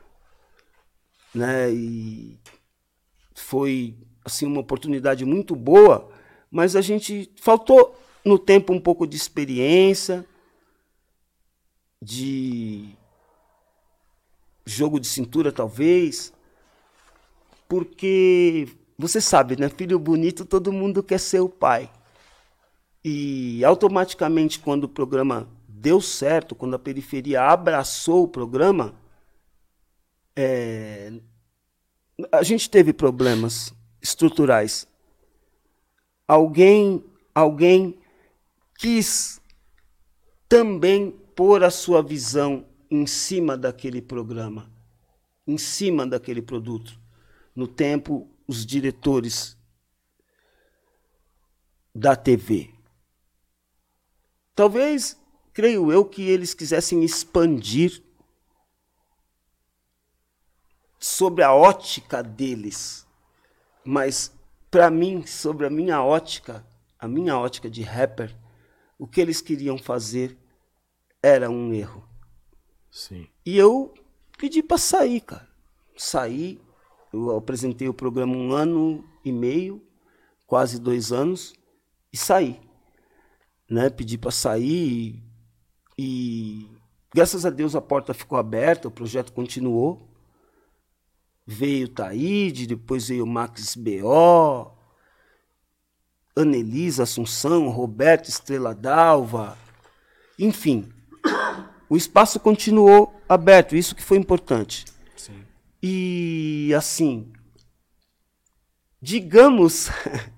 Né? E foi assim uma oportunidade muito boa, mas a gente faltou no tempo um pouco de experiência, de jogo de cintura talvez, porque você sabe, né, filho bonito, todo mundo quer ser o pai. E automaticamente quando o programa deu certo, quando a periferia abraçou o programa, a gente teve problemas estruturais. Alguém quis também pôr a sua visão em cima daquele programa, em cima daquele produto. No tempo, os diretores da TV. Talvez, creio eu, que eles quisessem expandir sobre a ótica deles, mas para mim, sobre a minha ótica de rapper, o que eles queriam fazer era um erro. Sim. E eu pedi para sair, cara. Saí, eu apresentei o programa 1 ano e meio, quase 2 anos, e saí. Né? Pedi para sair e graças a Deus a porta ficou aberta, o projeto continuou. Veio Taíde, depois veio Max B.O., Anelisa Assunção, Roberto Estrela d'Alva, enfim. O espaço continuou aberto, isso que foi importante. Sim. E, assim, digamos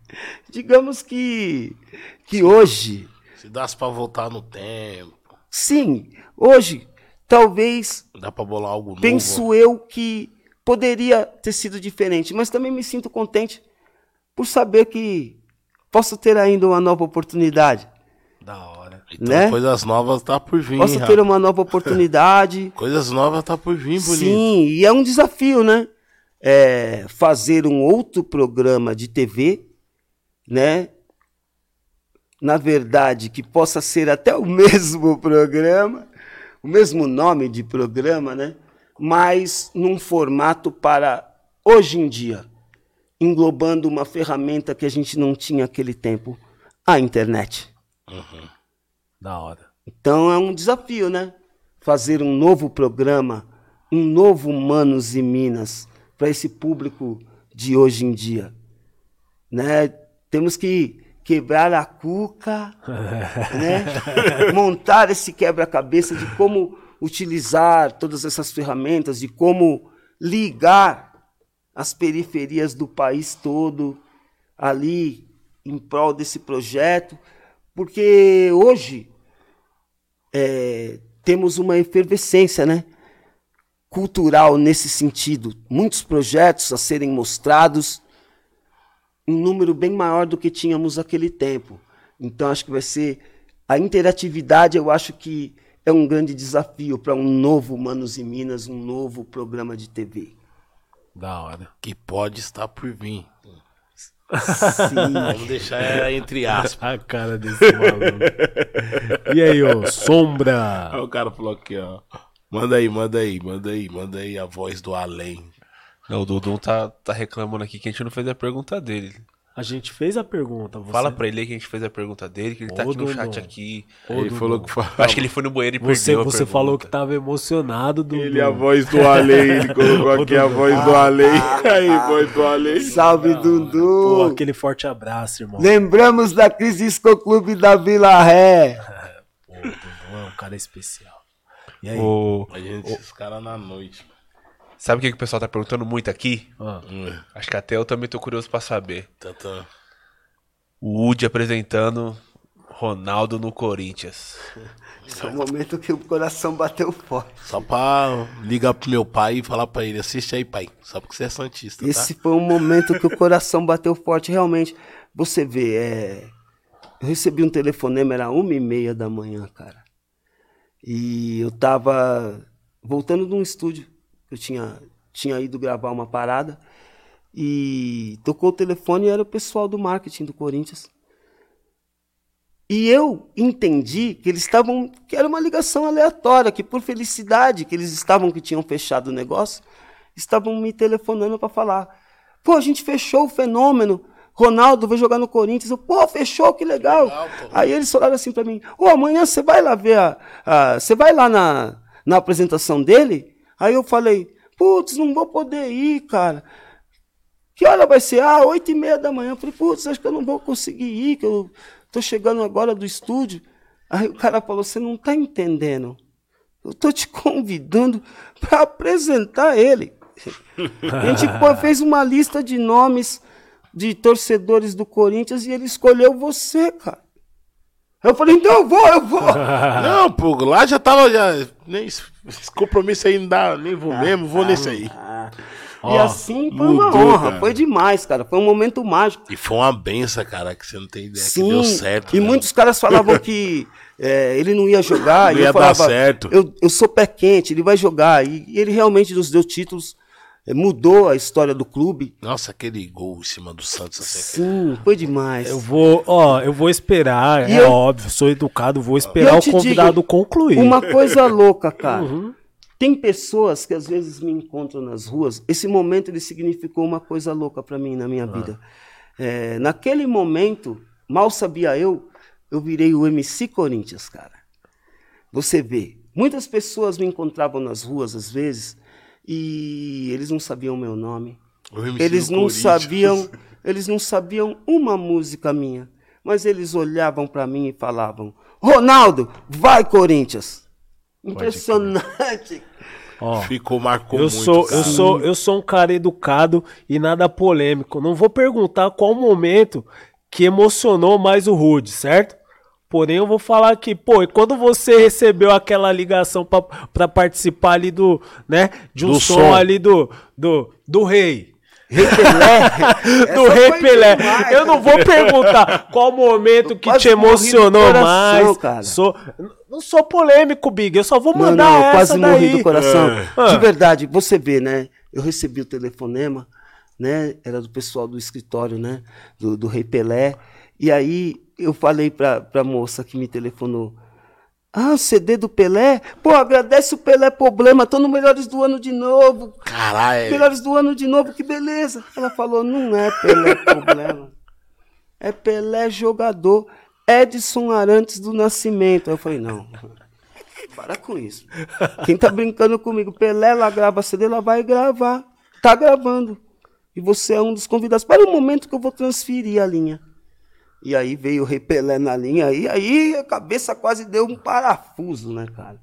que hoje... Se desse pra voltar no tempo. Sim, hoje, talvez... Dá pra bolar algo novo. Penso eu que poderia ter sido diferente, mas também me sinto contente por saber que posso ter ainda uma nova oportunidade. Da hora. Então, né? Coisas novas tá por vir, Posso ter uma nova oportunidade. Coisas novas tá por vir, bonito. Sim, e é um desafio, né? Fazer um outro programa de TV, né? Na verdade, que possa ser até o mesmo programa, o mesmo nome de programa, né? Mas num formato para hoje em dia, englobando uma ferramenta que a gente não tinha naquele tempo, a internet. Uhum. Da hora. Então é um desafio, né? Fazer um novo programa, um novo Manos e Minas para esse público de hoje em dia, né? Temos que quebrar a cuca, né? Montar esse quebra-cabeça de como utilizar todas essas ferramentas, de como ligar as periferias do país todo ali em prol desse projeto, porque hoje temos uma efervescência, né, cultural nesse sentido, muitos projetos a serem mostrados, um número bem maior do que tínhamos naquele tempo. Então acho que vai ser a interatividade, eu acho que é um grande desafio para um novo Manos e Minas, um novo programa de TV. Da hora. Que pode estar por vir. Sim. Vamos deixar entre aspas. A cara desse maluco. E aí, ô, Sombra? Aí o cara falou aqui, ó. Manda aí a voz do além. Não, o Dudum tá reclamando aqui que a gente não fez a pergunta dele. A gente fez a pergunta. Você... Fala pra ele aí que a gente fez a pergunta dele, que ele tá Ô, aqui no Dudão. chat aqui. Ele falou que Acho que ele foi no banheiro e Você perdeu a pergunta. falou que tava emocionado do. Ele é a voz do além, ele colocou aqui a voz do além. Aí, voz do além. Salve, Dudu. Pô, aquele forte abraço, irmão. Lembramos da Cris Disco Clube da Vila Ré. Pô, Dudu é um cara especial. E aí? A gente, esses caras na noite. Sabe o que o pessoal tá perguntando muito aqui? Ah, Acho que até eu também tô curioso pra saber. Tá. O Woody apresentando Ronaldo no Corinthians. Esse é o momento que o coração bateu forte. Só pra ligar pro meu pai e falar pra ele, assiste aí, pai. Só porque você é santista, tá? Esse foi um momento que o coração bateu forte. Realmente, você vê, eu recebi um telefonema, era 1h30 da manhã, cara. E eu tava voltando de um estúdio. Eu tinha ido gravar uma parada. E tocou o telefone e era o pessoal do marketing do Corinthians. E eu entendi que eles estavam, que era uma ligação aleatória, que por felicidade que eles estavam, que tinham fechado o negócio, estavam me telefonando para falar. Pô, a gente fechou o Fenômeno, Ronaldo vai jogar no Corinthians. Eu, pô, fechou, que legal. Aí eles falaram assim para mim, ô, amanhã você vai lá ver você vai lá na apresentação dele? Aí eu falei, putz, não vou poder ir, cara. Que hora vai ser? 8h30 da manhã. Eu falei, putz, acho que eu não vou conseguir ir, que eu tô chegando agora do estúdio. Aí o cara falou, você não tá entendendo. Eu tô te convidando para apresentar ele. A gente fez uma lista de nomes de torcedores do Corinthians e ele escolheu você, cara. Eu falei, então eu vou. Não, pô, lá já tava, nem esse compromisso aí não dá, nem vou mesmo, vou nesse aí. E assim foi uma mudou, honra, cara. foi demais, cara. Foi um momento mágico. E foi uma benção, cara, que você não tem ideia, Sim, que deu certo. e né? muitos caras falavam que ele não ia jogar. Não e ia eu dar falava, certo. Eu sou pé quente, ele vai jogar. E ele realmente nos deu títulos, mudou a história do clube. Nossa, aquele gol em cima do Santos. Assim, Sim, foi demais. eu vou esperar, E óbvio, sou educado, vou esperar eu o te convidado digo, concluir. Uma coisa louca, cara. Uhum. Tem pessoas que às vezes me encontram nas ruas. Esse momento ele significou uma coisa louca para mim na minha vida. Naquele momento, mal sabia eu virei o MC Corinthians, cara. Você vê, muitas pessoas me encontravam nas ruas às vezes e eles não sabiam o meu nome. o MC Eles do não Corinthians. sabiam uma música minha, mas eles olhavam para mim e falavam: Ronaldo, vai Corinthians! Impressionante. Ó, Marcou eu muito, cara. eu sou um cara educado e nada polêmico. Não vou perguntar qual momento que emocionou mais o Rude, certo? Porém, eu vou falar aqui, pô, e quando você recebeu aquela ligação pra participar ali de um Do som som. ali do Rei. Rei Pelé. Do Essa Rei foi Pelé. demais, Eu não vou perguntar qual momento que quase te emocionou morri do coração, mais. cara. Não sou polêmico, Big. Eu só vou Não, mandar eu essa quase daí. morri do coração. Ah. De verdade, você vê, né? Eu recebi o telefonema, né? Era do pessoal do escritório, né? Do Rei Pelé. E aí eu falei pra moça que me telefonou: CD do Pelé? Pô, agradece o Pelé Problema, tô no Melhores do Ano de novo. Caralho. Melhores do Ano de novo, que beleza. Ela falou: não é Pelé Problema. É Pelé Jogador. Edson Arantes do Nascimento. Aí eu falei: não, para com isso. Quem tá brincando comigo? Pelé, ela grava CD, ela vai gravar. Tá gravando. E você é um dos convidados. Para o momento que eu vou transferir a linha. E aí veio o Rei Pelé na linha, e aí a cabeça quase deu um parafuso, né, cara?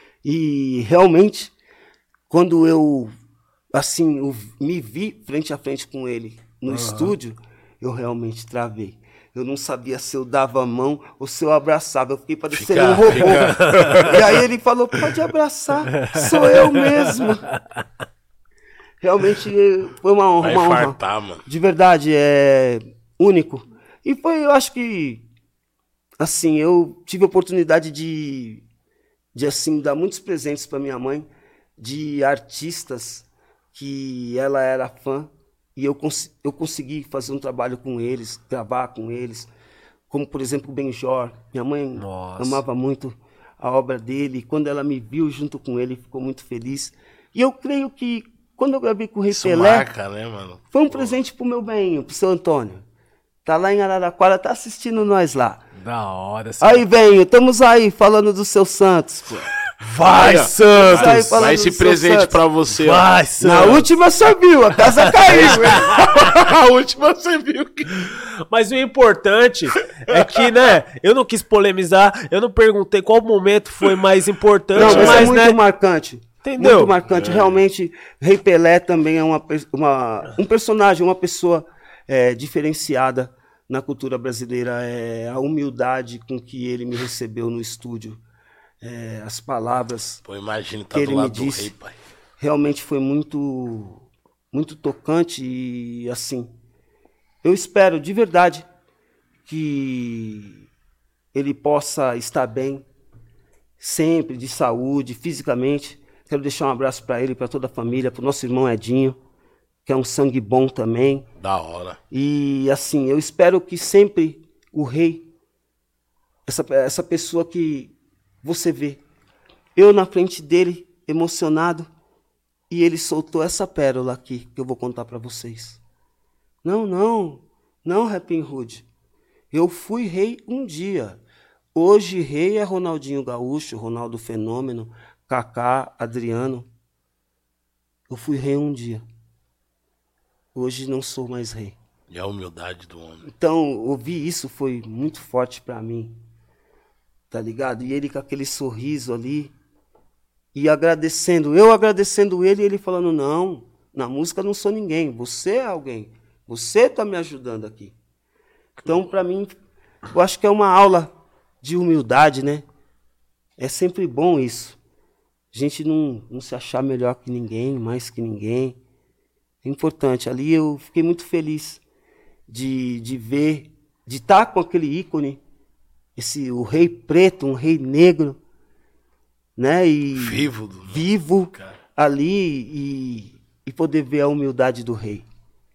E realmente, quando eu, assim, me vi frente a frente com ele no estúdio, eu realmente travei. Eu não sabia se eu dava a mão ou se eu abraçava. Eu fiquei parecendo um robô. E aí ele falou: pode abraçar, sou eu mesmo. Realmente foi uma honra. Vai fartar, mano. De verdade, é único. E foi, eu acho que, assim, eu tive a oportunidade de assim, dar muitos presentes para minha mãe, de artistas que ela era fã, e eu consegui fazer um trabalho com eles, gravar com eles, como, por exemplo, o Benjor. Minha mãe amava muito a obra dele, e quando ela me viu junto com ele, ficou muito feliz. E eu creio que, quando eu gravei com o Rei Isso Pelé, marca, né, mano? foi um presente pro meu bem, pro seu Antônio. Tá lá em Araraquara, tá assistindo nós lá. Da hora. Aí, velho, estamos aí falando do seu Santos, pô. Vai, Santos! Aí, falando Vai esse do seu presente Santos. pra você. ó. Vai, Na Santos! última você viu, a casa caiu. A última você viu que... Mas o importante é que, né, eu não quis polemizar, eu não perguntei qual momento foi mais importante, Não, mas é mas, muito né, marcante. entendeu? Muito marcante. Realmente, Rei Pelé também é um personagem, uma pessoa diferenciada na cultura brasileira. A humildade com que ele me recebeu no estúdio, as palavras Pô, imagina, tá que do ele me lado do disse, rei, pai. realmente foi muito, muito tocante e, assim, eu espero de verdade que ele possa estar bem, sempre, de saúde, fisicamente. Quero deixar um abraço para ele, para toda a família, para o nosso irmão Edinho, que é um sangue bom também. Da hora. E, assim, eu espero que sempre o rei, essa pessoa que você vê, eu na frente dele, emocionado, e ele soltou essa pérola aqui, que eu vou contar para vocês. Não, Rapping Hood. Eu fui rei um dia. Hoje rei é Ronaldinho Gaúcho, Ronaldo Fenômeno, Kaká, Adriano. Eu fui rei um dia. Hoje não sou mais rei. E a humildade do homem. Então, ouvir isso foi muito forte pra mim. Tá ligado? E ele com aquele sorriso ali. E agradecendo. Eu agradecendo ele e ele falando, não, na música eu não sou ninguém. Você é alguém. Você tá me ajudando aqui. Então, pra mim, eu acho que é uma aula de humildade, né? É sempre bom isso. A gente não se achar melhor que ninguém, mais que ninguém. É importante. Ali eu fiquei muito feliz de ver, de estar com aquele ícone, o rei preto, um rei negro, né? E vivo cara. ali e poder ver a humildade do rei.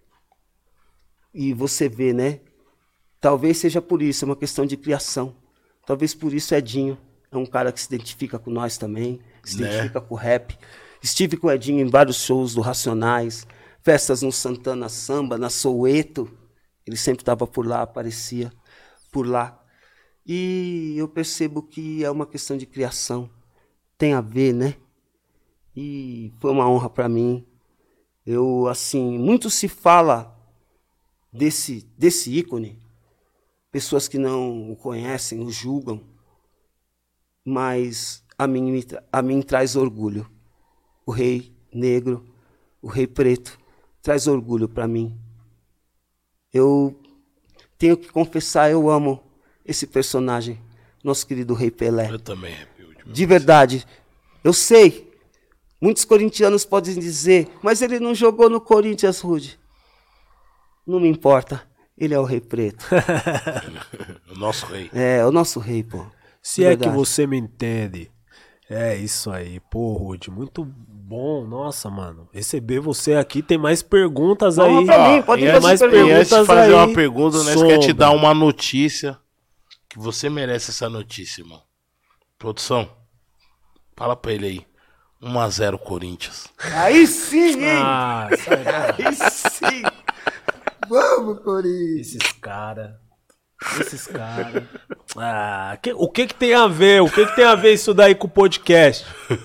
E você vê, né? Talvez seja por isso, é uma questão de criação. Talvez por isso Edinho é um cara que se identifica com nós também, se identifica com o rap. Estive com o Edinho em vários shows do Racionais, festas no Santana Samba, na Soweto. Ele sempre estava por lá, aparecia por lá. E eu percebo que é uma questão de criação. Tem a ver, né? E foi uma honra para mim. Eu, assim, muito se fala desse ícone. Pessoas que não o conhecem, o julgam. Mas a mim traz orgulho. O rei negro, o rei preto, traz orgulho para mim. Eu tenho que confessar, eu amo esse personagem, nosso querido Rei Pelé. Eu também arrepio. De verdade. Eu sei, muitos corintianos podem dizer, mas ele não jogou no Corinthians, Rude. Não me importa, ele é o Rei Preto. O nosso rei. É, o nosso rei, pô. Se De é verdade. que você me entende. É isso aí, pô, Rude, muito bom, nossa, mano. Receber você aqui, tem mais perguntas Vamos aí. pra mim, pode Tem fazer mais perguntas. E antes de perguntas fazer aí. uma pergunta, nós quer te Sombra. dar uma notícia que você merece essa notícia, irmão. Produção, fala pra ele aí. 1-0 Corinthians. Aí sim, hein? Ah, sai, Aí sim. Vamos, Corinthians. esses caras. Ah, o que tem a ver? O que tem a ver isso daí com o podcast?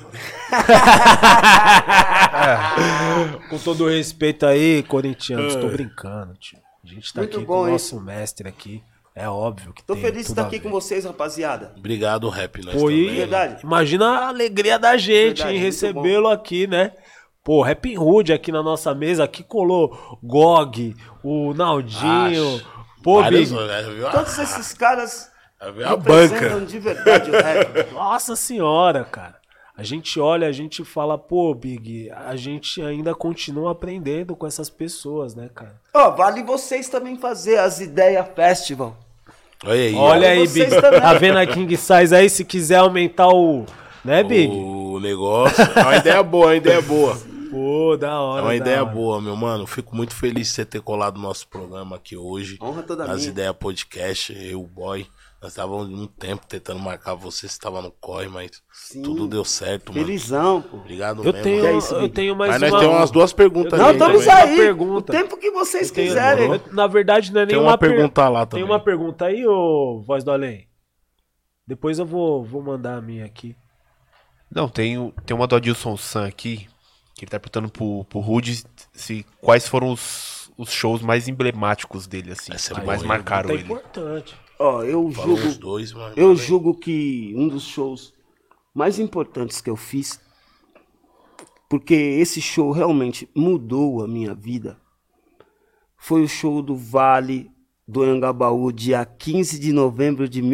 Com todo respeito aí, corintianos, tô brincando, tio. A gente tá Muito aqui bom com o nosso mestre aqui. É óbvio que Tô tem feliz de tudo estar a aqui ver. com vocês, rapaziada. Obrigado, Rap. Nós Pô, e também. Verdade. imagina a alegria da gente Verdade, em muito recebê-lo aqui, né? Pô, Rapping Hood aqui na nossa mesa, aqui colou Gog, o Naldinho, pô, Vários, Big. né, viu? Todos esses caras A representam banca. de verdade o rap. Nossa senhora, cara. A gente olha, a gente fala, pô, Big, a gente ainda continua aprendendo com essas pessoas, né, cara? Ó, vale vocês também fazer as Ideias Festival. Olha aí. Olha aí, vocês Big. também. Tá vendo a King Size aí? Se quiser aumentar o. Né, Big? O negócio. É uma ideia boa, é uma ideia boa. Pô, da hora. É uma da ideia hora. boa, meu mano. Fico muito feliz de você ter colado no nosso programa aqui hoje. Honra toda As minha. Ideias Podcast, eu, o Boy. Nós estávamos um tempo tentando marcar você estava no corre, mas Sim. tudo deu certo, mano. Felizão, pô. Obrigado Eu mesmo. tenho, mano. eu tenho mais Mas uma... nós temos umas duas perguntas Não, ali estamos também. aí. Pergunta. O tempo que vocês Eu tenho- quiserem. Na verdade, não é Tem nenhuma uma pergunta lá também. Tem uma pergunta aí, ô Voz do Além? Depois eu vou mandar a minha aqui. Não, tem uma do Adilson San aqui, que ele tá perguntando pro Rude quais foram os shows mais emblemáticos dele, assim, Essa é que boa, mais hein? marcaram Tá ele. importante. Ó, eu Falou julgo, os dois, mano. eu julgo que um dos shows mais importantes que eu fiz, porque esse show realmente mudou a minha vida, foi o show do Vale do Anhangabaú, dia 15 de novembro de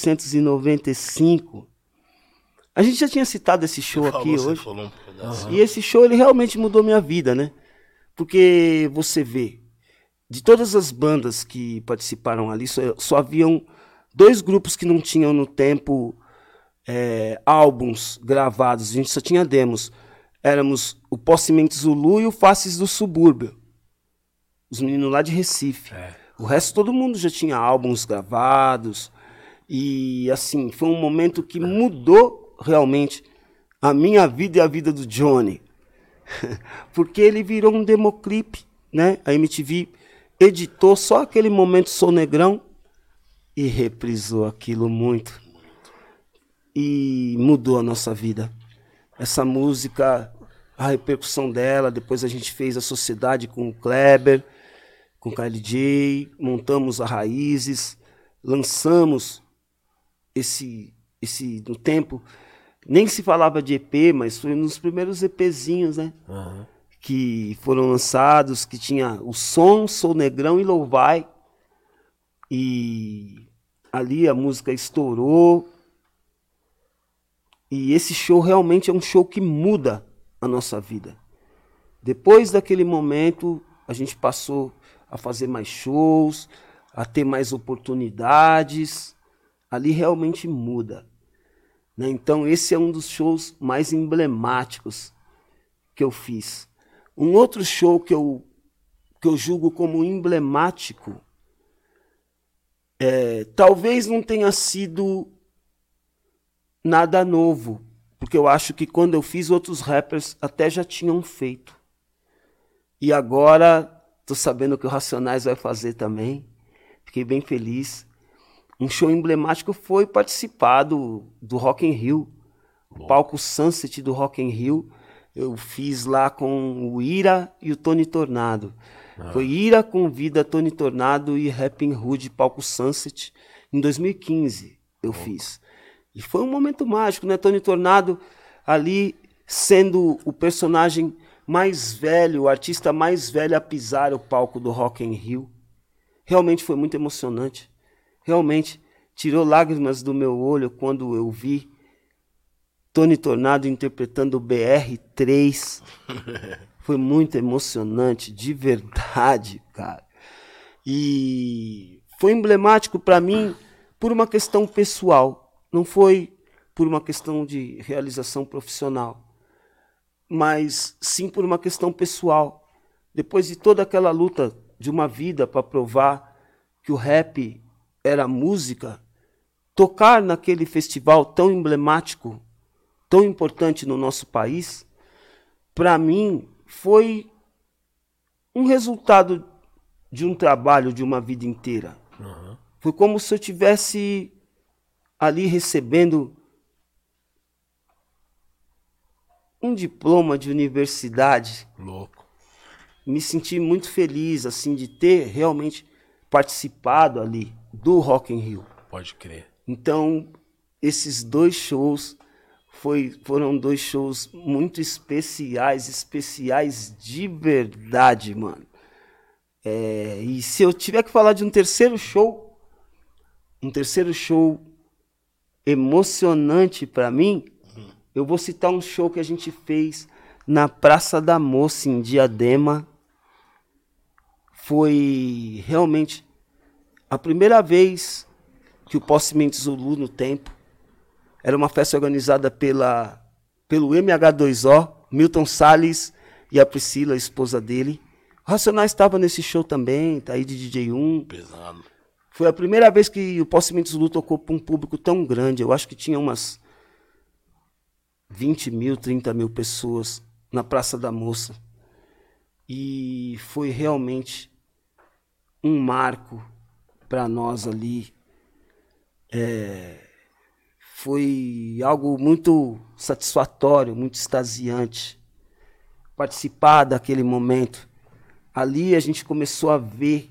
1995. A gente já tinha citado esse show Você aqui falou, você hoje. falou um pedaço. E esse show ele realmente mudou minha vida, né? Porque você vê, de todas as bandas que participaram ali, só haviam 2 grupos que não tinham no tempo álbuns gravados, a gente só tinha demos. Éramos o Pó-Semente Zulu e o Faces do Subúrbio, os meninos lá de Recife. O resto todo mundo já tinha álbuns gravados. E assim, foi um momento que mudou realmente a minha vida e a vida do Johnny. Porque ele virou um democlipe, né? A MTV editou só aquele momento Sou Negrão e reprisou aquilo muito. E mudou a nossa vida. Essa música, a repercussão dela, depois a gente fez a sociedade com o Kleber, com o KLJ, montamos a Raízes, lançamos no tempo, nem se falava de EP, mas foi nos primeiros EPzinhos, né? Que foram lançados, que tinha o som, Sou Negrão e Louvai. E ali a música estourou. E esse show realmente é um show que muda a nossa vida. Depois daquele momento, a gente passou a fazer mais shows, a ter mais oportunidades. Ali realmente muda. Né? Então esse é um dos shows mais emblemáticos que eu fiz. Um outro show que eu julgo como emblemático, talvez não tenha sido nada novo, porque eu acho que quando eu fiz, outros rappers até já tinham feito. E agora tô sabendo que o Racionais vai fazer também. Fiquei bem feliz. Um show emblemático foi participar do Rock in Rio, o palco Sunset do Rock in Rio. Eu fiz lá com o Ira e o Tony Tornado. Foi Ira convida Tony Tornado e Rapping Hood, palco Sunset, em 2015 eu fiz. E foi um momento mágico, né? Tony Tornado ali sendo o personagem mais velho, o artista mais velho a pisar o palco do Rock in Rio. Realmente foi muito emocionante. Realmente tirou lágrimas do meu olho quando eu vi Tony Tornado interpretando o BR-3. Foi muito emocionante, de verdade, cara. E foi emblemático para mim por uma questão pessoal. Não foi por uma questão de realização profissional, mas sim por uma questão pessoal. Depois de toda aquela luta de uma vida para provar que o rap era música, tocar naquele festival tão emblemático, tão importante no nosso país, para mim foi um resultado de um trabalho de uma vida inteira. Foi como se eu tivesse ali recebendo um diploma de universidade. Louco. Me senti muito feliz assim de ter realmente participado ali do Rock in Rio. Pode crer. Então, esses 2 shows foram 2 shows muito especiais de verdade, mano. E se eu tiver que falar de um terceiro show emocionante pra mim, eu vou citar um show que a gente fez na Praça da Moça, em Diadema. Foi realmente a primeira vez que o Pó-Semente Zulu no tempo. Era uma festa organizada pelo MH2O, Milton Salles e a Priscila, a esposa dele. O Racionais estava nesse show também, tá aí de DJ1. Pesado. Foi a primeira vez que o Posse Zulu tocou para um público tão grande. Eu acho que tinha umas 20 mil, 30 mil pessoas na Praça da Moça. E foi realmente um marco para nós ali. Foi algo muito satisfatório, muito extasiante. Participar daquele momento. Ali a gente começou a ver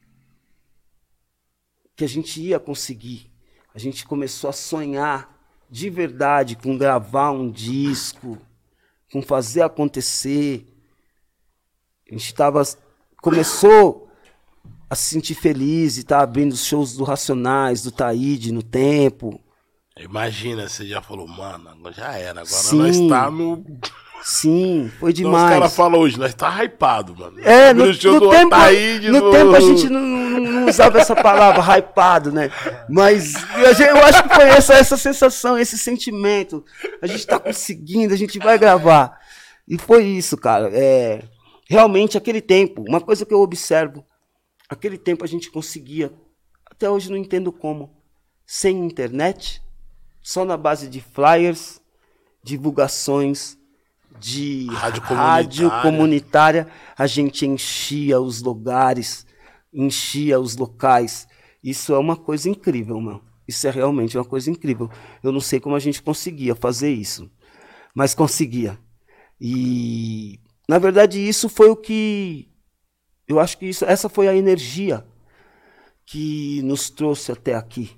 que a gente ia conseguir. A gente começou a sonhar de verdade com gravar um disco, com fazer acontecer. A gente começou a se sentir feliz e estar abrindo os shows do Racionais, do Taíde no tempo. Imagina, você já falou, mano, agora já era, agora Sim. nós tá no... Sim, foi Então, demais. os caras falam hoje, nós tá hypado, mano. No tempo a gente não usava essa palavra, hypado, né? Mas eu acho que foi essa sensação, esse sentimento. A gente tá conseguindo, a gente vai gravar. E foi isso, cara. Realmente, aquele tempo, uma coisa que eu observo, aquele tempo a gente conseguia, até hoje não entendo como, sem internet, só na base de flyers, divulgações, de rádio comunitária, a gente enchia os lugares, enchia os locais. Isso é uma coisa incrível, mano. Isso é realmente uma coisa incrível. Eu não sei como a gente conseguia fazer isso, mas conseguia. E, na verdade, isso foi o que... Eu acho que essa foi a energia que nos trouxe até aqui.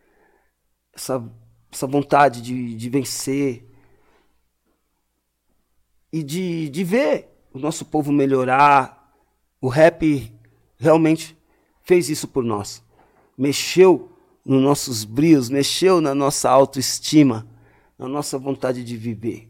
Essa vontade de vencer, e de ver o nosso povo melhorar. O rap realmente fez isso por nós. Mexeu nos nossos brios, mexeu na nossa autoestima, na nossa vontade de viver.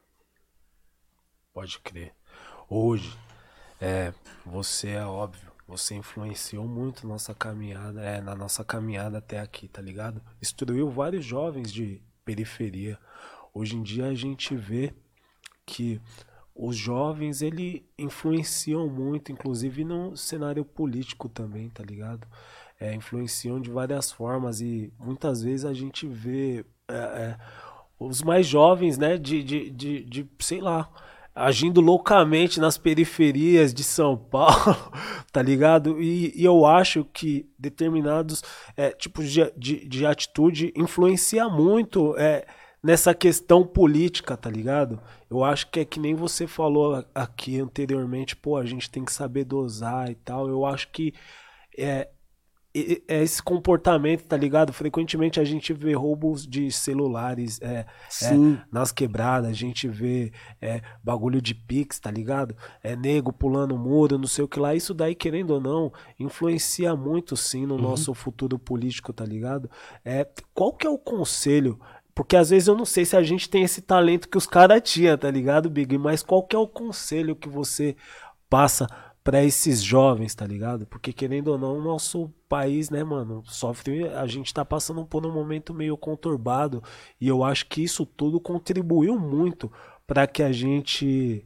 Pode crer. Hoje, você é óbvio, você influenciou muito nossa caminhada, na nossa caminhada até aqui, tá ligado? Instruiu vários jovens de periferia. Hoje em dia a gente vê que os jovens, ele influenciam muito, inclusive no cenário político também, tá ligado? Influenciam de várias formas e muitas vezes a gente vê os mais jovens, né, sei lá, agindo loucamente nas periferias de São Paulo, tá ligado? E eu acho que determinados tipos de atitude influencia muito nessa questão política, tá ligado? Eu acho que é que nem você falou aqui anteriormente, pô, a gente tem que saber dosar e tal. Eu acho que é esse comportamento, tá ligado? Frequentemente a gente vê roubos de celulares nas quebradas, a gente vê bagulho de Pix, tá ligado? Nego pulando muro, não sei o que lá. Isso daí, querendo ou não, influencia muito sim no nosso futuro político, tá ligado? Qual que é o conselho? Porque às vezes eu não sei se a gente tem esse talento que os caras tinham, tá ligado, Big? Mas qual que é o conselho que você passa pra esses jovens, tá ligado? Porque querendo ou não, o nosso país, né, mano, a gente tá passando por um momento meio conturbado e eu acho que isso tudo contribuiu muito pra que a gente,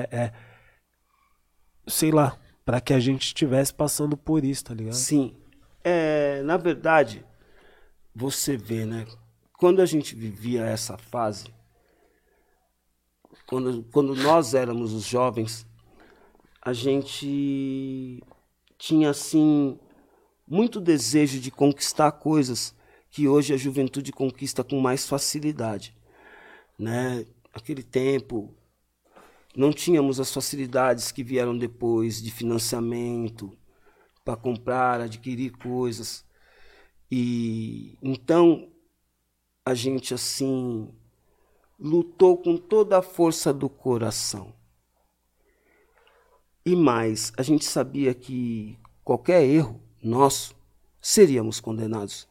sei lá, pra que a gente estivesse passando por isso, tá ligado? Sim. Na verdade, você vê, né? Quando a gente vivia essa fase, quando nós éramos os jovens, a gente tinha, assim, muito desejo de conquistar coisas que hoje a juventude conquista com mais facilidade, né? Naquele tempo, não tínhamos as facilidades que vieram depois de financiamento para comprar, adquirir coisas. E então a gente, assim, lutou com toda a força do coração. E mais, a gente sabia que qualquer erro nosso, seríamos condenados.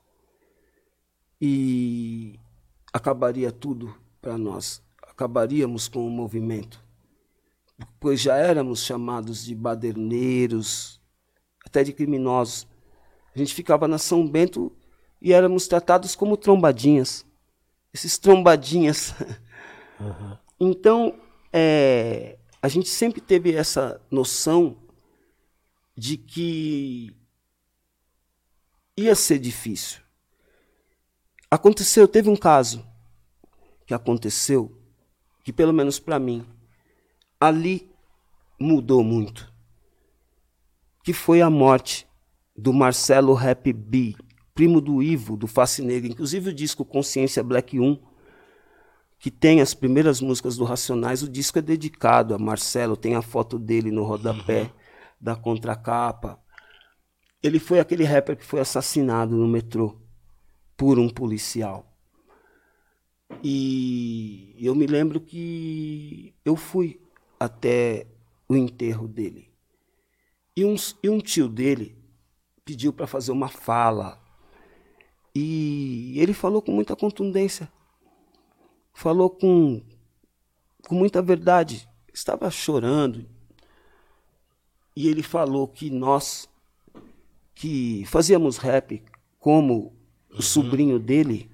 E acabaria tudo para nós. Acabaríamos com o movimento. Pois já éramos chamados de baderneiros, até de criminosos. A gente ficava na São Bento e éramos tratados como trombadinhas. Esses trombadinhas. Uhum. Então, a gente sempre teve essa noção de que ia ser difícil. Aconteceu, teve um caso que aconteceu, que pelo menos para mim, ali mudou muito, que foi a morte do Marcelo Rap B, primo do Ivo, do Face Negra. Inclusive o disco Consciência Black 1, que tem as primeiras músicas do Racionais, o disco é dedicado a Marcelo, tem a foto dele no rodapé da contracapa. Ele foi aquele rapper que foi assassinado no metrô por um policial. E eu me lembro que eu fui até o enterro dele. E um tio dele pediu para fazer uma fala. E ele falou com muita contundência. Falou com muita verdade. Estava chorando. E ele falou que nós, que fazíamos rap como o sobrinho dele,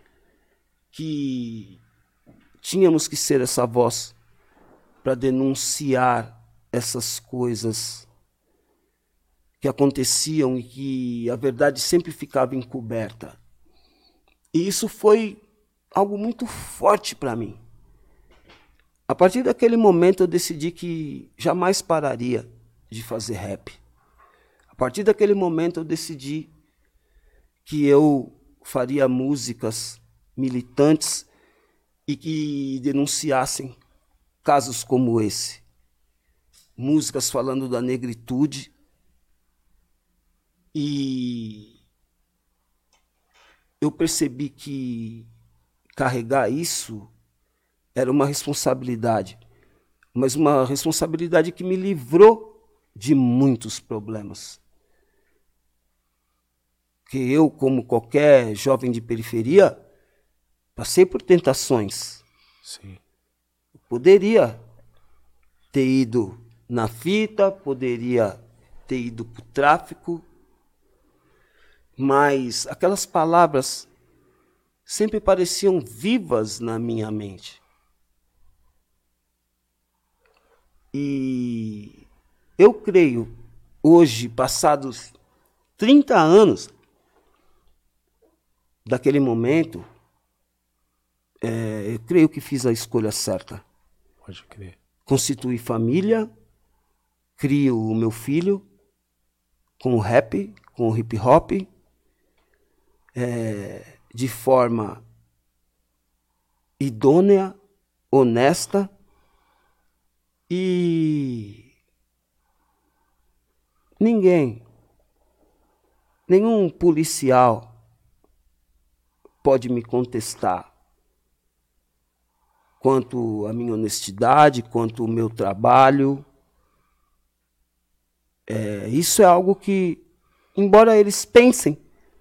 que tínhamos que ser essa voz para denunciar essas coisas que aconteciam e que a verdade sempre ficava encoberta. E isso foi algo muito forte para mim. A partir daquele momento eu decidi que jamais pararia de fazer rap. A partir daquele momento eu decidi que eu faria músicas militantes e que denunciassem casos como esse. Músicas falando da negritude. E eu percebi que carregar isso era uma responsabilidade, mas uma responsabilidade que me livrou de muitos problemas. Que eu, como qualquer jovem de periferia, passei por tentações. Sim. Poderia ter ido na fita, poderia ter ido para o tráfico, mas aquelas palavras sempre pareciam vivas na minha mente. E eu creio, hoje, passados 30 anos daquele momento, eu creio que fiz a escolha certa. Pode crer. Constituí família, crio o meu filho com o rap, com o hip hop, de forma idônea, honesta, e nenhum policial pode me contestar quanto a minha honestidade, quanto o meu trabalho. Isso é algo que, embora eles pensem,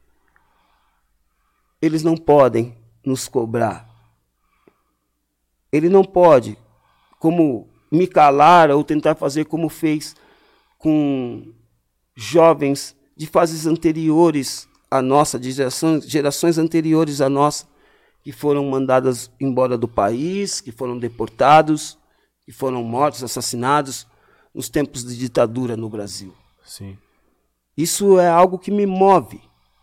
eles não podem nos cobrar. Ele não pode, como me calar ou tentar fazer como fez com jovens de fases anteriores à nossa, de gerações anteriores à nossa, que foram mandadas embora do país, que foram deportados, que foram mortos, assassinados nos tempos de ditadura no Brasil. Sim. Isso é algo que me move.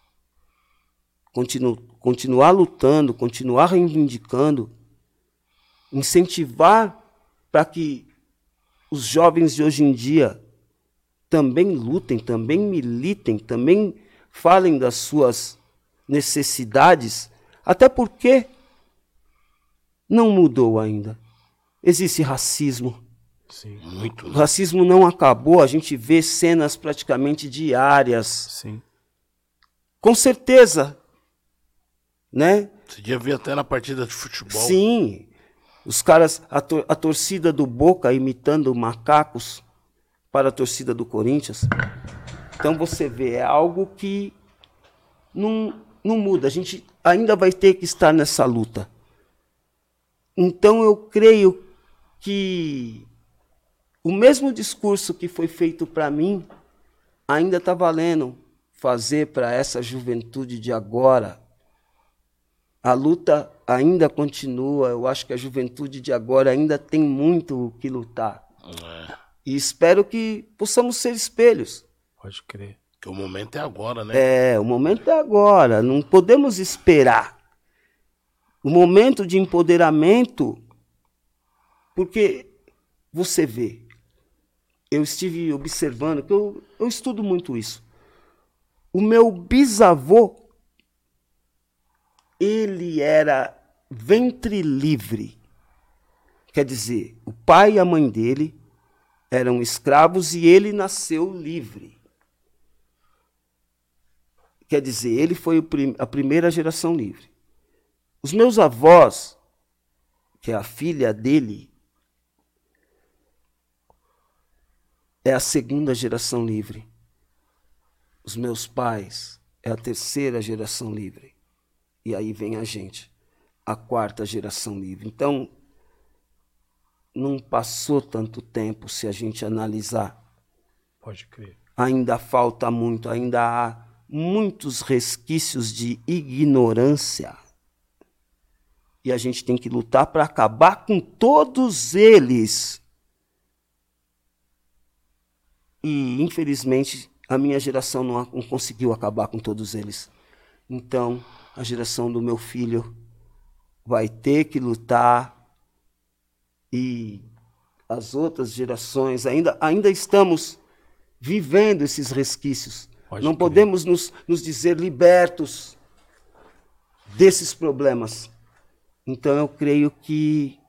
Continuar lutando, continuar reivindicando, incentivar para que os jovens de hoje em dia também lutem, também militem, também falem das suas necessidades, até porque não mudou ainda. Existe racismo. Sim. Muito. O racismo não acabou, a gente vê cenas praticamente diárias. Sim. Com certeza, né? Você já viu até na partida de futebol. Sim, os caras, a torcida do Boca imitando macacos para a torcida do Corinthians. Então você vê, é algo que não muda. A gente ainda vai ter que estar nessa luta. Então eu creio que o mesmo discurso que foi feito para mim ainda está valendo fazer para essa juventude de agora. A luta ainda continua, eu acho que a juventude de agora ainda tem muito o que lutar. E espero que possamos ser espelhos. Pode crer. Porque o momento é agora, né? O momento é agora. Não podemos esperar. O momento de empoderamento, porque você vê, eu estive observando, que eu estudo muito isso. O meu bisavô, ele era ventre livre. Quer dizer, o pai e a mãe dele eram escravos e ele nasceu livre. Quer dizer, ele foi a primeira geração livre. Os meus avós, que é a filha dele, é a segunda geração livre. Os meus pais é a terceira geração livre. E aí vem a gente, a quarta geração livre. Então, não passou tanto tempo se a gente analisar. Pode crer. Ainda falta muito, ainda há muitos resquícios de ignorância. E a gente tem que lutar para acabar com todos eles. E, infelizmente, a minha geração não conseguiu acabar com todos eles. Então, a geração do meu filho vai ter que lutar. E as outras gerações, ainda estamos vivendo esses resquícios. Não podemos nos dizer libertos desses problemas. Então, eu creio que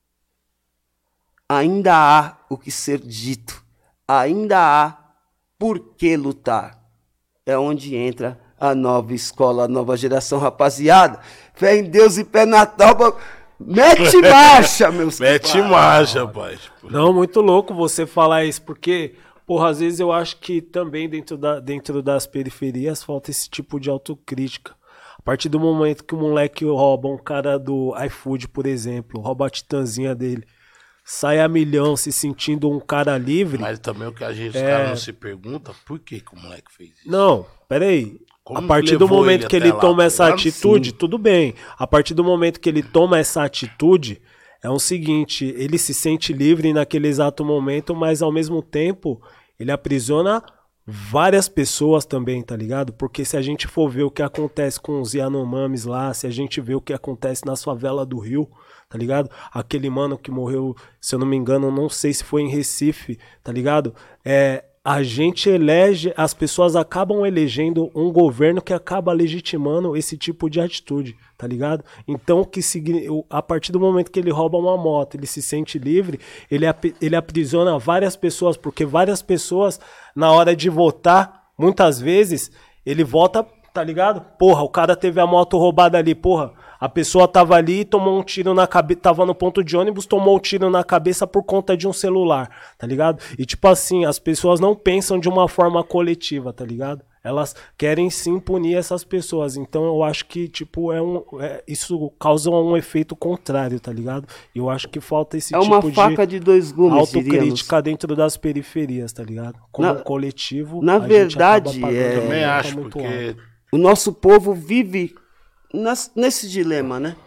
ainda há o que ser dito. Ainda há por que lutar. É onde entra a nova escola, a nova geração. Rapaziada, fé em Deus e pé na tábua. Mete marcha, meus Mete marcha, pai. Não, muito louco você falar isso, porque, porra, às vezes eu acho que também dentro das periferias falta esse tipo de autocrítica. A partir do momento que o moleque rouba um cara do iFood, por exemplo, rouba a titãzinha dele, sai a milhão se sentindo um cara livre... Mas também o que os caras não se perguntam, por que o moleque fez isso? Não, peraí. Como a partir do momento que ele toma essa atitude, sim, tudo bem. A partir do momento que ele toma essa atitude, é o seguinte, ele se sente livre naquele exato momento, mas ao mesmo tempo, ele aprisiona várias pessoas também, tá ligado? Porque se a gente for ver o que acontece com os Yanomamis lá, se a gente vê o que acontece nas favelas do Rio, tá ligado? Aquele mano que morreu, se eu não me engano, não sei se foi em Recife, tá ligado? A gente elege, as pessoas acabam elegendo um governo que acaba legitimando esse tipo de atitude, tá ligado? Então, a partir do momento que ele rouba uma moto, ele se sente livre, ele aprisiona várias pessoas, porque várias pessoas, na hora de votar, muitas vezes, ele vota, tá ligado? Porra, o cara teve a moto roubada ali, porra. A pessoa tava ali e tomou um tiro na cabeça, tava no ponto de ônibus, tomou um tiro na cabeça por conta de um celular, tá ligado? E tipo assim, as pessoas não pensam de uma forma coletiva, tá ligado? Elas querem sim punir essas pessoas. Então eu acho que, tipo, isso causa um efeito contrário, tá ligado? E eu acho que falta esse tipo uma faca de dois gumes, autocrítica dentro das periferias, tá ligado? Como coletivo, na verdade, eu também acho, porque o nosso povo vive nesse dilema, né?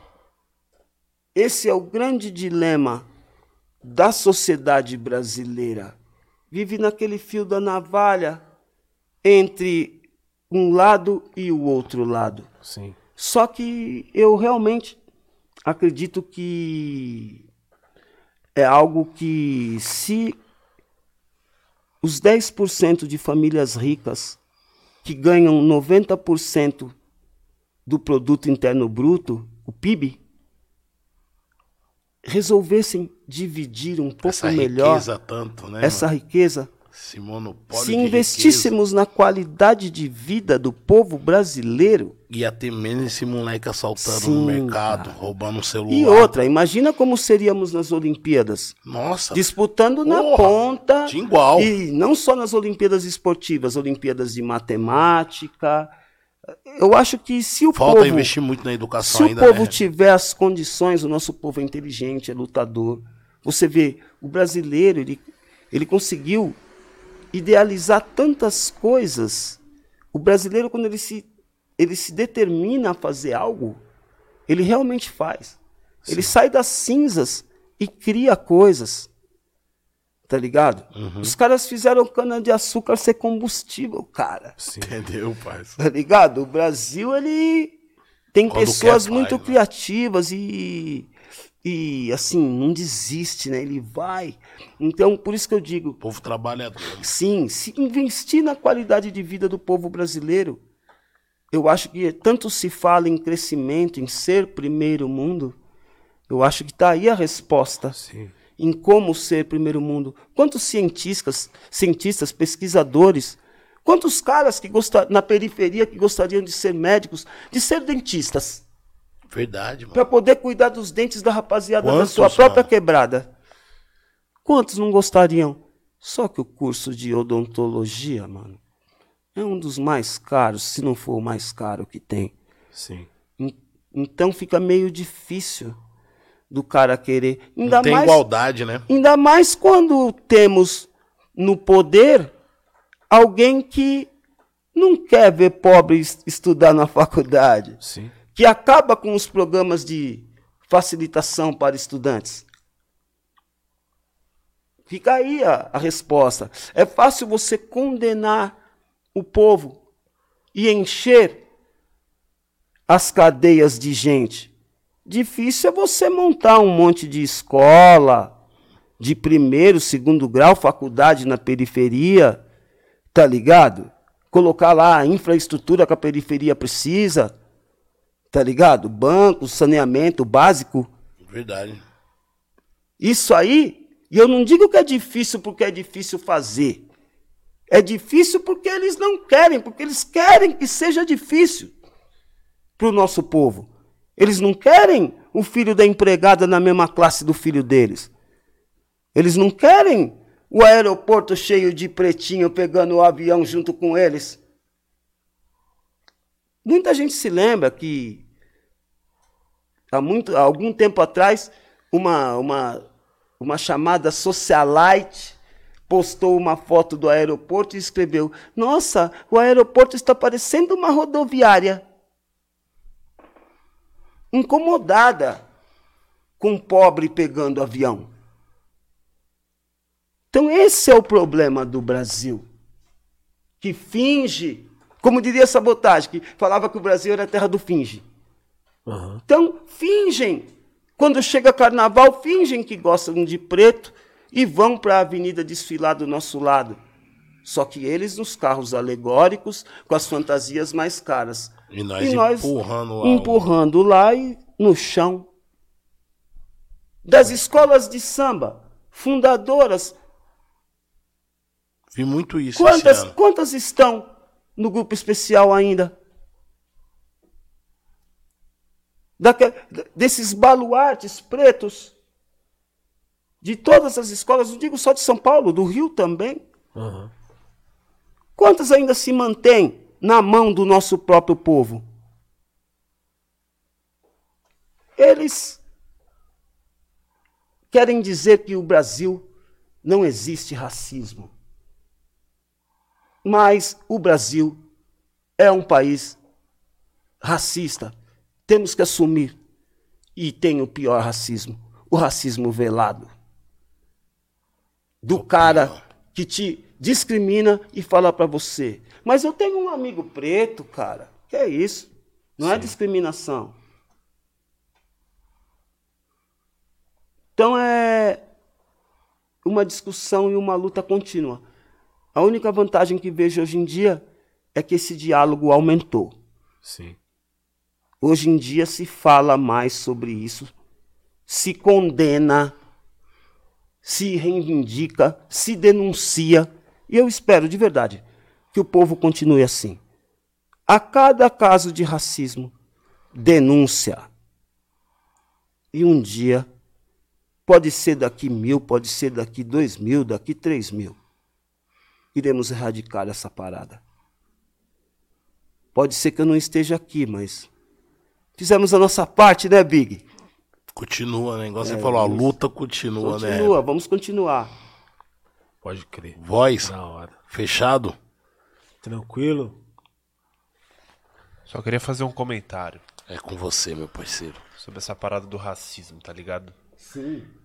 Esse é o grande dilema da sociedade brasileira. Vive naquele fio da navalha entre um lado e o outro lado. Sim. Só que eu realmente acredito que é algo que, se os 10% de famílias ricas que ganham 90% do produto interno bruto, o PIB, resolvessem dividir um pouco essa melhor riqueza tanto, né, essa riqueza, esse monopólio se investíssemos na qualidade de vida do povo brasileiro, ia ter menos esse moleque assaltando sim, no mercado, cara, roubando um celular. E outra, imagina como seríamos nas Olimpíadas. Nossa. Disputando na ponta. De igual. E não só nas Olimpíadas esportivas, Olimpíadas de matemática. Eu acho que se o Falta povo... investir muito na educação se ainda, o povo né? tiver as condições, o nosso povo é inteligente, é lutador. Você vê, o brasileiro, ele conseguiu idealizar tantas coisas. O brasileiro, quando ele se determina a fazer algo, ele realmente faz. Sim. Ele sai das cinzas e cria coisas. Tá ligado? Os caras fizeram cana-de-açúcar ser combustível, cara. Entendeu, parça? Tá ligado? O Brasil, ele tem Quando pessoas quer, muito faz, né? criativas e assim, não desiste, né? Ele vai. Então, por isso que eu digo, Povo trabalhador. sim, se investir na qualidade de vida do povo brasileiro, eu acho que tanto se fala em crescimento, em ser primeiro mundo, eu acho que está aí a resposta Sim. em como ser primeiro mundo. Quantos cientistas, pesquisadores, quantos caras que na periferia que gostariam de ser médicos, de ser dentistas, Verdade, mano. para poder cuidar dos dentes da rapaziada da Quantos, sua própria mano? quebrada? Quantos não gostariam? Só que o curso de odontologia, mano, é um dos mais caros, se não for o mais caro que tem. Sim. Então fica meio difícil do cara querer. Não tem igualdade, né? Ainda mais quando temos no poder alguém que não quer ver pobre estudar na faculdade, Sim. que acaba com os programas de facilitação para estudantes. Fica aí a resposta. É fácil você condenar o povo e encher as cadeias de gente. Difícil é você montar um monte de escola de primeiro, segundo grau, faculdade na periferia, tá ligado? Colocar lá a infraestrutura que a periferia precisa, tá ligado? Banco, saneamento básico. Verdade. Isso aí, e eu não digo que é difícil porque é difícil fazer. É difícil porque eles não querem, porque eles querem que seja difícil para o nosso povo. Eles não querem o filho da empregada na mesma classe do filho deles. Eles não querem o aeroporto cheio de pretinho pegando o avião junto com eles. Muita gente se lembra que há algum tempo atrás uma chamada socialite postou uma foto do aeroporto e escreveu: "Nossa, o aeroporto está parecendo uma rodoviária." Incomodada com o pobre pegando avião. Então esse é o problema do Brasil, que finge, como diria Sabotagem, que falava que o Brasil era a terra do finge. Uhum. Então fingem, quando chega carnaval, fingem que gostam de preto e vão para a avenida desfilar do nosso lado. Só que eles nos carros alegóricos, com as fantasias mais caras. E nós empurrando lá e no chão. Das escolas de samba, fundadoras. Vi muito isso esse ano. Quantas estão no grupo especial ainda? Desses baluartes pretos, de todas as escolas, não digo só de São Paulo, do Rio também. Uhum. Quantas ainda se mantêm na mão do nosso próprio povo? Eles querem dizer que o Brasil não existe racismo. Mas o Brasil é um país racista. Temos que assumir. E tem o pior racismo, o racismo velado. Do cara que te discrimina e fala para você: "Mas eu tenho um amigo preto, cara." Que é isso? Não é discriminação. Então é uma discussão e uma luta contínua. A única vantagem que vejo hoje em dia é que esse diálogo aumentou. Sim. Hoje em dia se fala mais sobre isso, se condena, se reivindica, se denuncia. E eu espero, de verdade, que o povo continue assim. A cada caso de racismo, denúncia. E um dia, pode ser daqui 1000, pode ser daqui 2000, daqui 3000, iremos erradicar essa parada. Pode ser que eu não esteja aqui, mas fizemos a nossa parte, né, Big? Continua, né? Igual você falou, a luta continua, né? Continua, vamos continuar. Pode crer. Voz, Da hora. fechado? Tranquilo? Só queria fazer um comentário É com você, meu parceiro. sobre essa parada do racismo, tá ligado? Sim.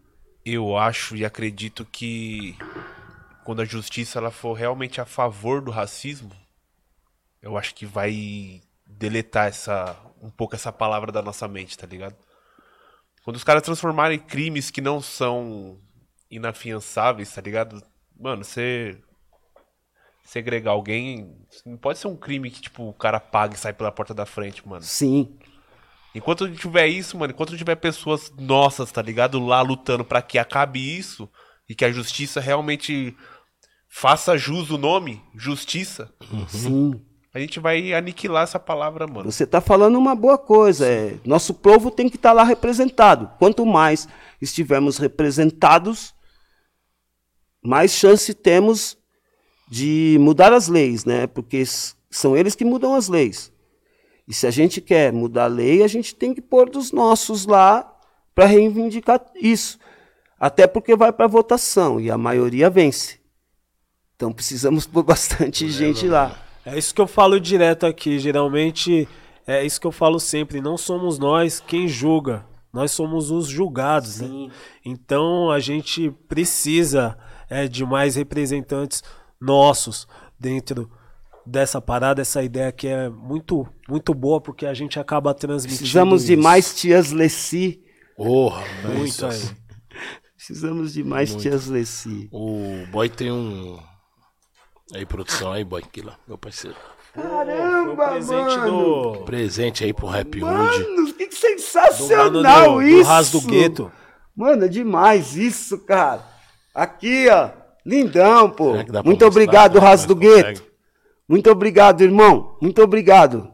Eu acho e acredito que quando a justiça ela for realmente a favor do racismo, eu acho que vai deletar um pouco essa palavra da nossa mente, tá ligado? Quando os caras transformarem crimes que não são inafiançáveis, tá ligado? Mano, você segregar alguém não pode ser um crime que, tipo, o cara paga e sai pela porta da frente, mano. Sim. Enquanto tiver isso, mano, enquanto tiver pessoas nossas, tá ligado? Lá lutando pra que acabe isso e que a justiça realmente faça jus o nome, justiça, Sim. a gente vai aniquilar essa palavra, mano. Você está falando uma boa coisa. Nosso povo tem que estar lá representado. Quanto mais estivermos representados, mais chance temos de mudar as leis, né? Porque são eles que mudam as leis. E se a gente quer mudar a lei, a gente tem que pôr dos nossos lá para reivindicar isso. Até porque vai para votação e a maioria vence. Então precisamos pôr bastante gente lá. É isso que eu falo direto aqui. Geralmente, é isso que eu falo sempre. Não somos nós quem julga. Nós somos os julgados, né? Então a gente precisa de mais representantes nossos dentro dessa parada, essa ideia que é muito, muito boa, porque a gente acaba transmitindo. Precisamos de mais tias Leci. Porra, muito aí. Precisamos de mais tias Leci. O boy tem um. Aí, produção, aí, boy, aqui lá, meu parceiro. Caramba, Presente mano. Presente aí pro Rap Hood. Mano, que sensacional do isso. Ras do Gueto. Mano, é demais isso, cara. Aqui, ó. Lindão, pô. Será que dá pra Muito mostrar? obrigado, Ras do Consegue? Gueto. Muito obrigado, irmão. Muito obrigado.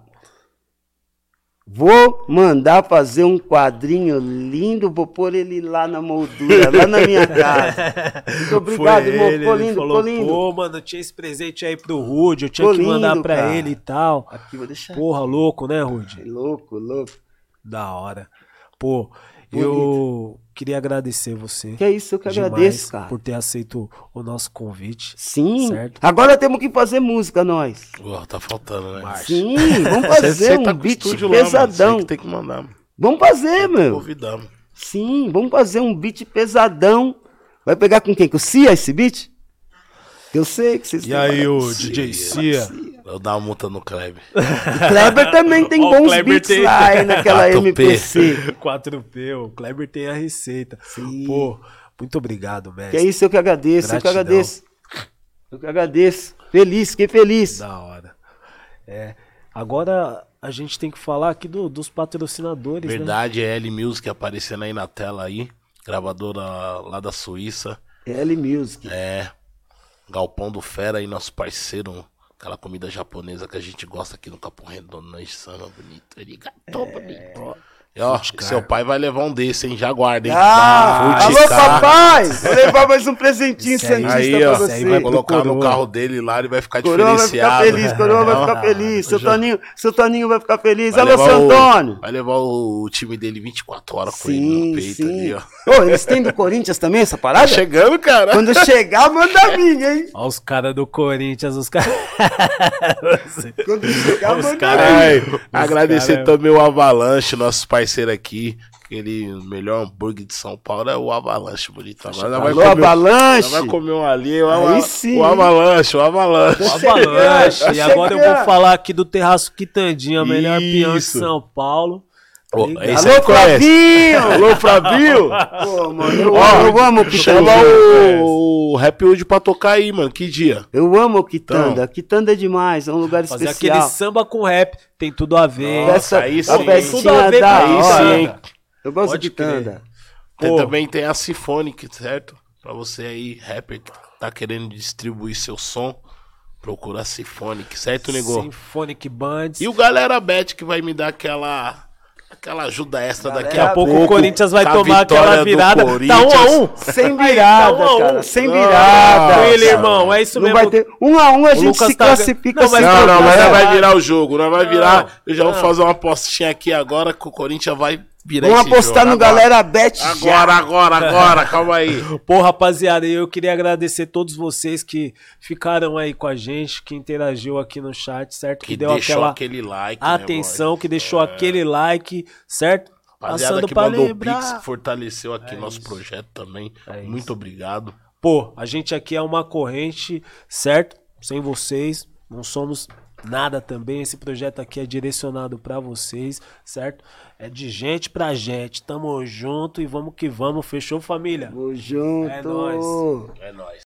Vou mandar fazer um quadrinho lindo, vou pôr ele lá na moldura, lá na minha casa. Muito obrigado, irmão. Ficou lindo, falou, ficou lindo. Pô, mano, eu tinha esse presente aí pro Rude, eu tinha Ficou que mandar lindo, pra cara. ele e tal. Aqui, vou deixar. Porra, louco, né, Rude? Louco, louco. Da hora. Pô, eu queria agradecer você. Que é isso, eu que demais agradeço, cara. por ter aceito o nosso convite. Sim. Certo. Agora temos que fazer música, nós. Ué, tá faltando, né? Sim, vamos fazer um tá com o beat estúdio lá, mano. pesadão. Você que tem que mandar, mano. Vamos fazer, meu. Convidamos. Sim, vamos fazer um beat pesadão. Vai pegar com quem? Com o Cia esse beat? Eu sei que vocês E aí, o Cia. DJ Cia? Eu dar uma multa no Kleber. O Kleber também tem Ó, o bons Kleber beats tem- lá aí naquela 4P. MPC. 4P, o Kleber tem a receita. Sim. Pô, muito obrigado, Que mestre. é isso, eu que agradeço, eu que Gratidão. agradeço. Eu que agradeço. Feliz, fiquei feliz. Da hora. Agora a gente tem que falar aqui dos patrocinadores, né? Verdade, é L Music aparecendo aí na tela aí. Gravadora lá da Suíça. L Music. É. Galpão do Fera aí, nosso parceiro. Aquela comida japonesa que a gente gosta aqui no Capão Redondo, na Insana, bonito. Arigato, bonito. E ó, seu pai vai levar um desse, hein? Já guarda, hein? Ah, alô, Futscar. papai! Vou levar mais um presentinho Esse aí- santista Aí, pra ó, você. aí vai colocar no Coroa. carro dele lá, ele vai ficar Coroa vai ficar diferenciado. feliz, Coroa vai ficar Ah, feliz. Seu já- Toninho vai ficar feliz. Vai Alô, levar seu o- Antônio. Vai levar o time dele 24 horas com ele no peito ali, ó. Ô, eles têm do Corinthians também essa parada? Tá chegando, cara. Quando chegar, manda vir, hein? Olha os caras do Corinthians, os caras. Quando chegar, Os manda caras- vir. Ai, agradecer cara- também o Avalanche, nossos parceiros aqui. Aquele melhor hambúrguer de São Paulo é o Avalanche, bonito. Agora nós Alô, Avalanche. Vai comer um ali, Aí sim. o Avalanche, o Avalanche. O Avalanche. Tá E agora eu chegando. vou falar aqui do Terraço Quitandinha, a melhor peão de Isso. São Paulo. Ô, Ligado? esse Alô, aí conhece. Flavinho. Alô, Flavinho. Pô, mano, eu Ó, amo o chama Quitanda. o Rap Hood pra tocar aí, mano. Que dia? Eu amo o Quitanda. Então. Quitanda é demais, é um lugar Fazer especial. aquele samba com rap. Tem tudo a ver. Essa, aí a sim. Tudo festinha a ver da com Aí isso, hora. sim. cara. Eu gosto Pode de Quitanda. Tem, Pô. também tem a Symphonic, certo? Pra você aí, rapper, que tá querendo distribuir seu som, procura a Symphonic, certo, nego? Symphonic Bands. E o Galera Bet que vai me dar aquela ajuda extra daqui Daqui a pouco pouco. o Corinthians vai com a tomar vitória aquela do virada. Tá 1-1. Sem virada, Tá 1-1. cara. Sem Não, virada. tranquilo, cara. irmão. É isso Não mesmo. vai ter 1-1, a O gente Lucas se tá- classifica Não, mas sem Não, mas Não, nós vai não. virar o jogo, nós vai virar. Não, Eu já vou não. fazer uma apostinha aqui agora que o Corinthians vai virar Vamos esse apostar jogo. no Agora. Galera Bet já. Agora, calma aí. Pô, rapaziada, eu queria agradecer todos vocês que ficaram aí com a gente, que interagiu aqui no chat, certo? Que deu deixou aquela aquele like. atenção, né, que deixou aquele like, certo? Rapaziada Passando que pra mandou lembrar. Pix, que fortaleceu aqui nosso isso. projeto também. É Muito isso. obrigado. Pô, a gente aqui é uma corrente, certo? Sem vocês, não somos nada também. Esse projeto aqui é direcionado pra vocês, certo? É de gente pra gente. Tamo junto e vamos que vamos. Fechou, família? Tamo junto. É nóis. É nóis.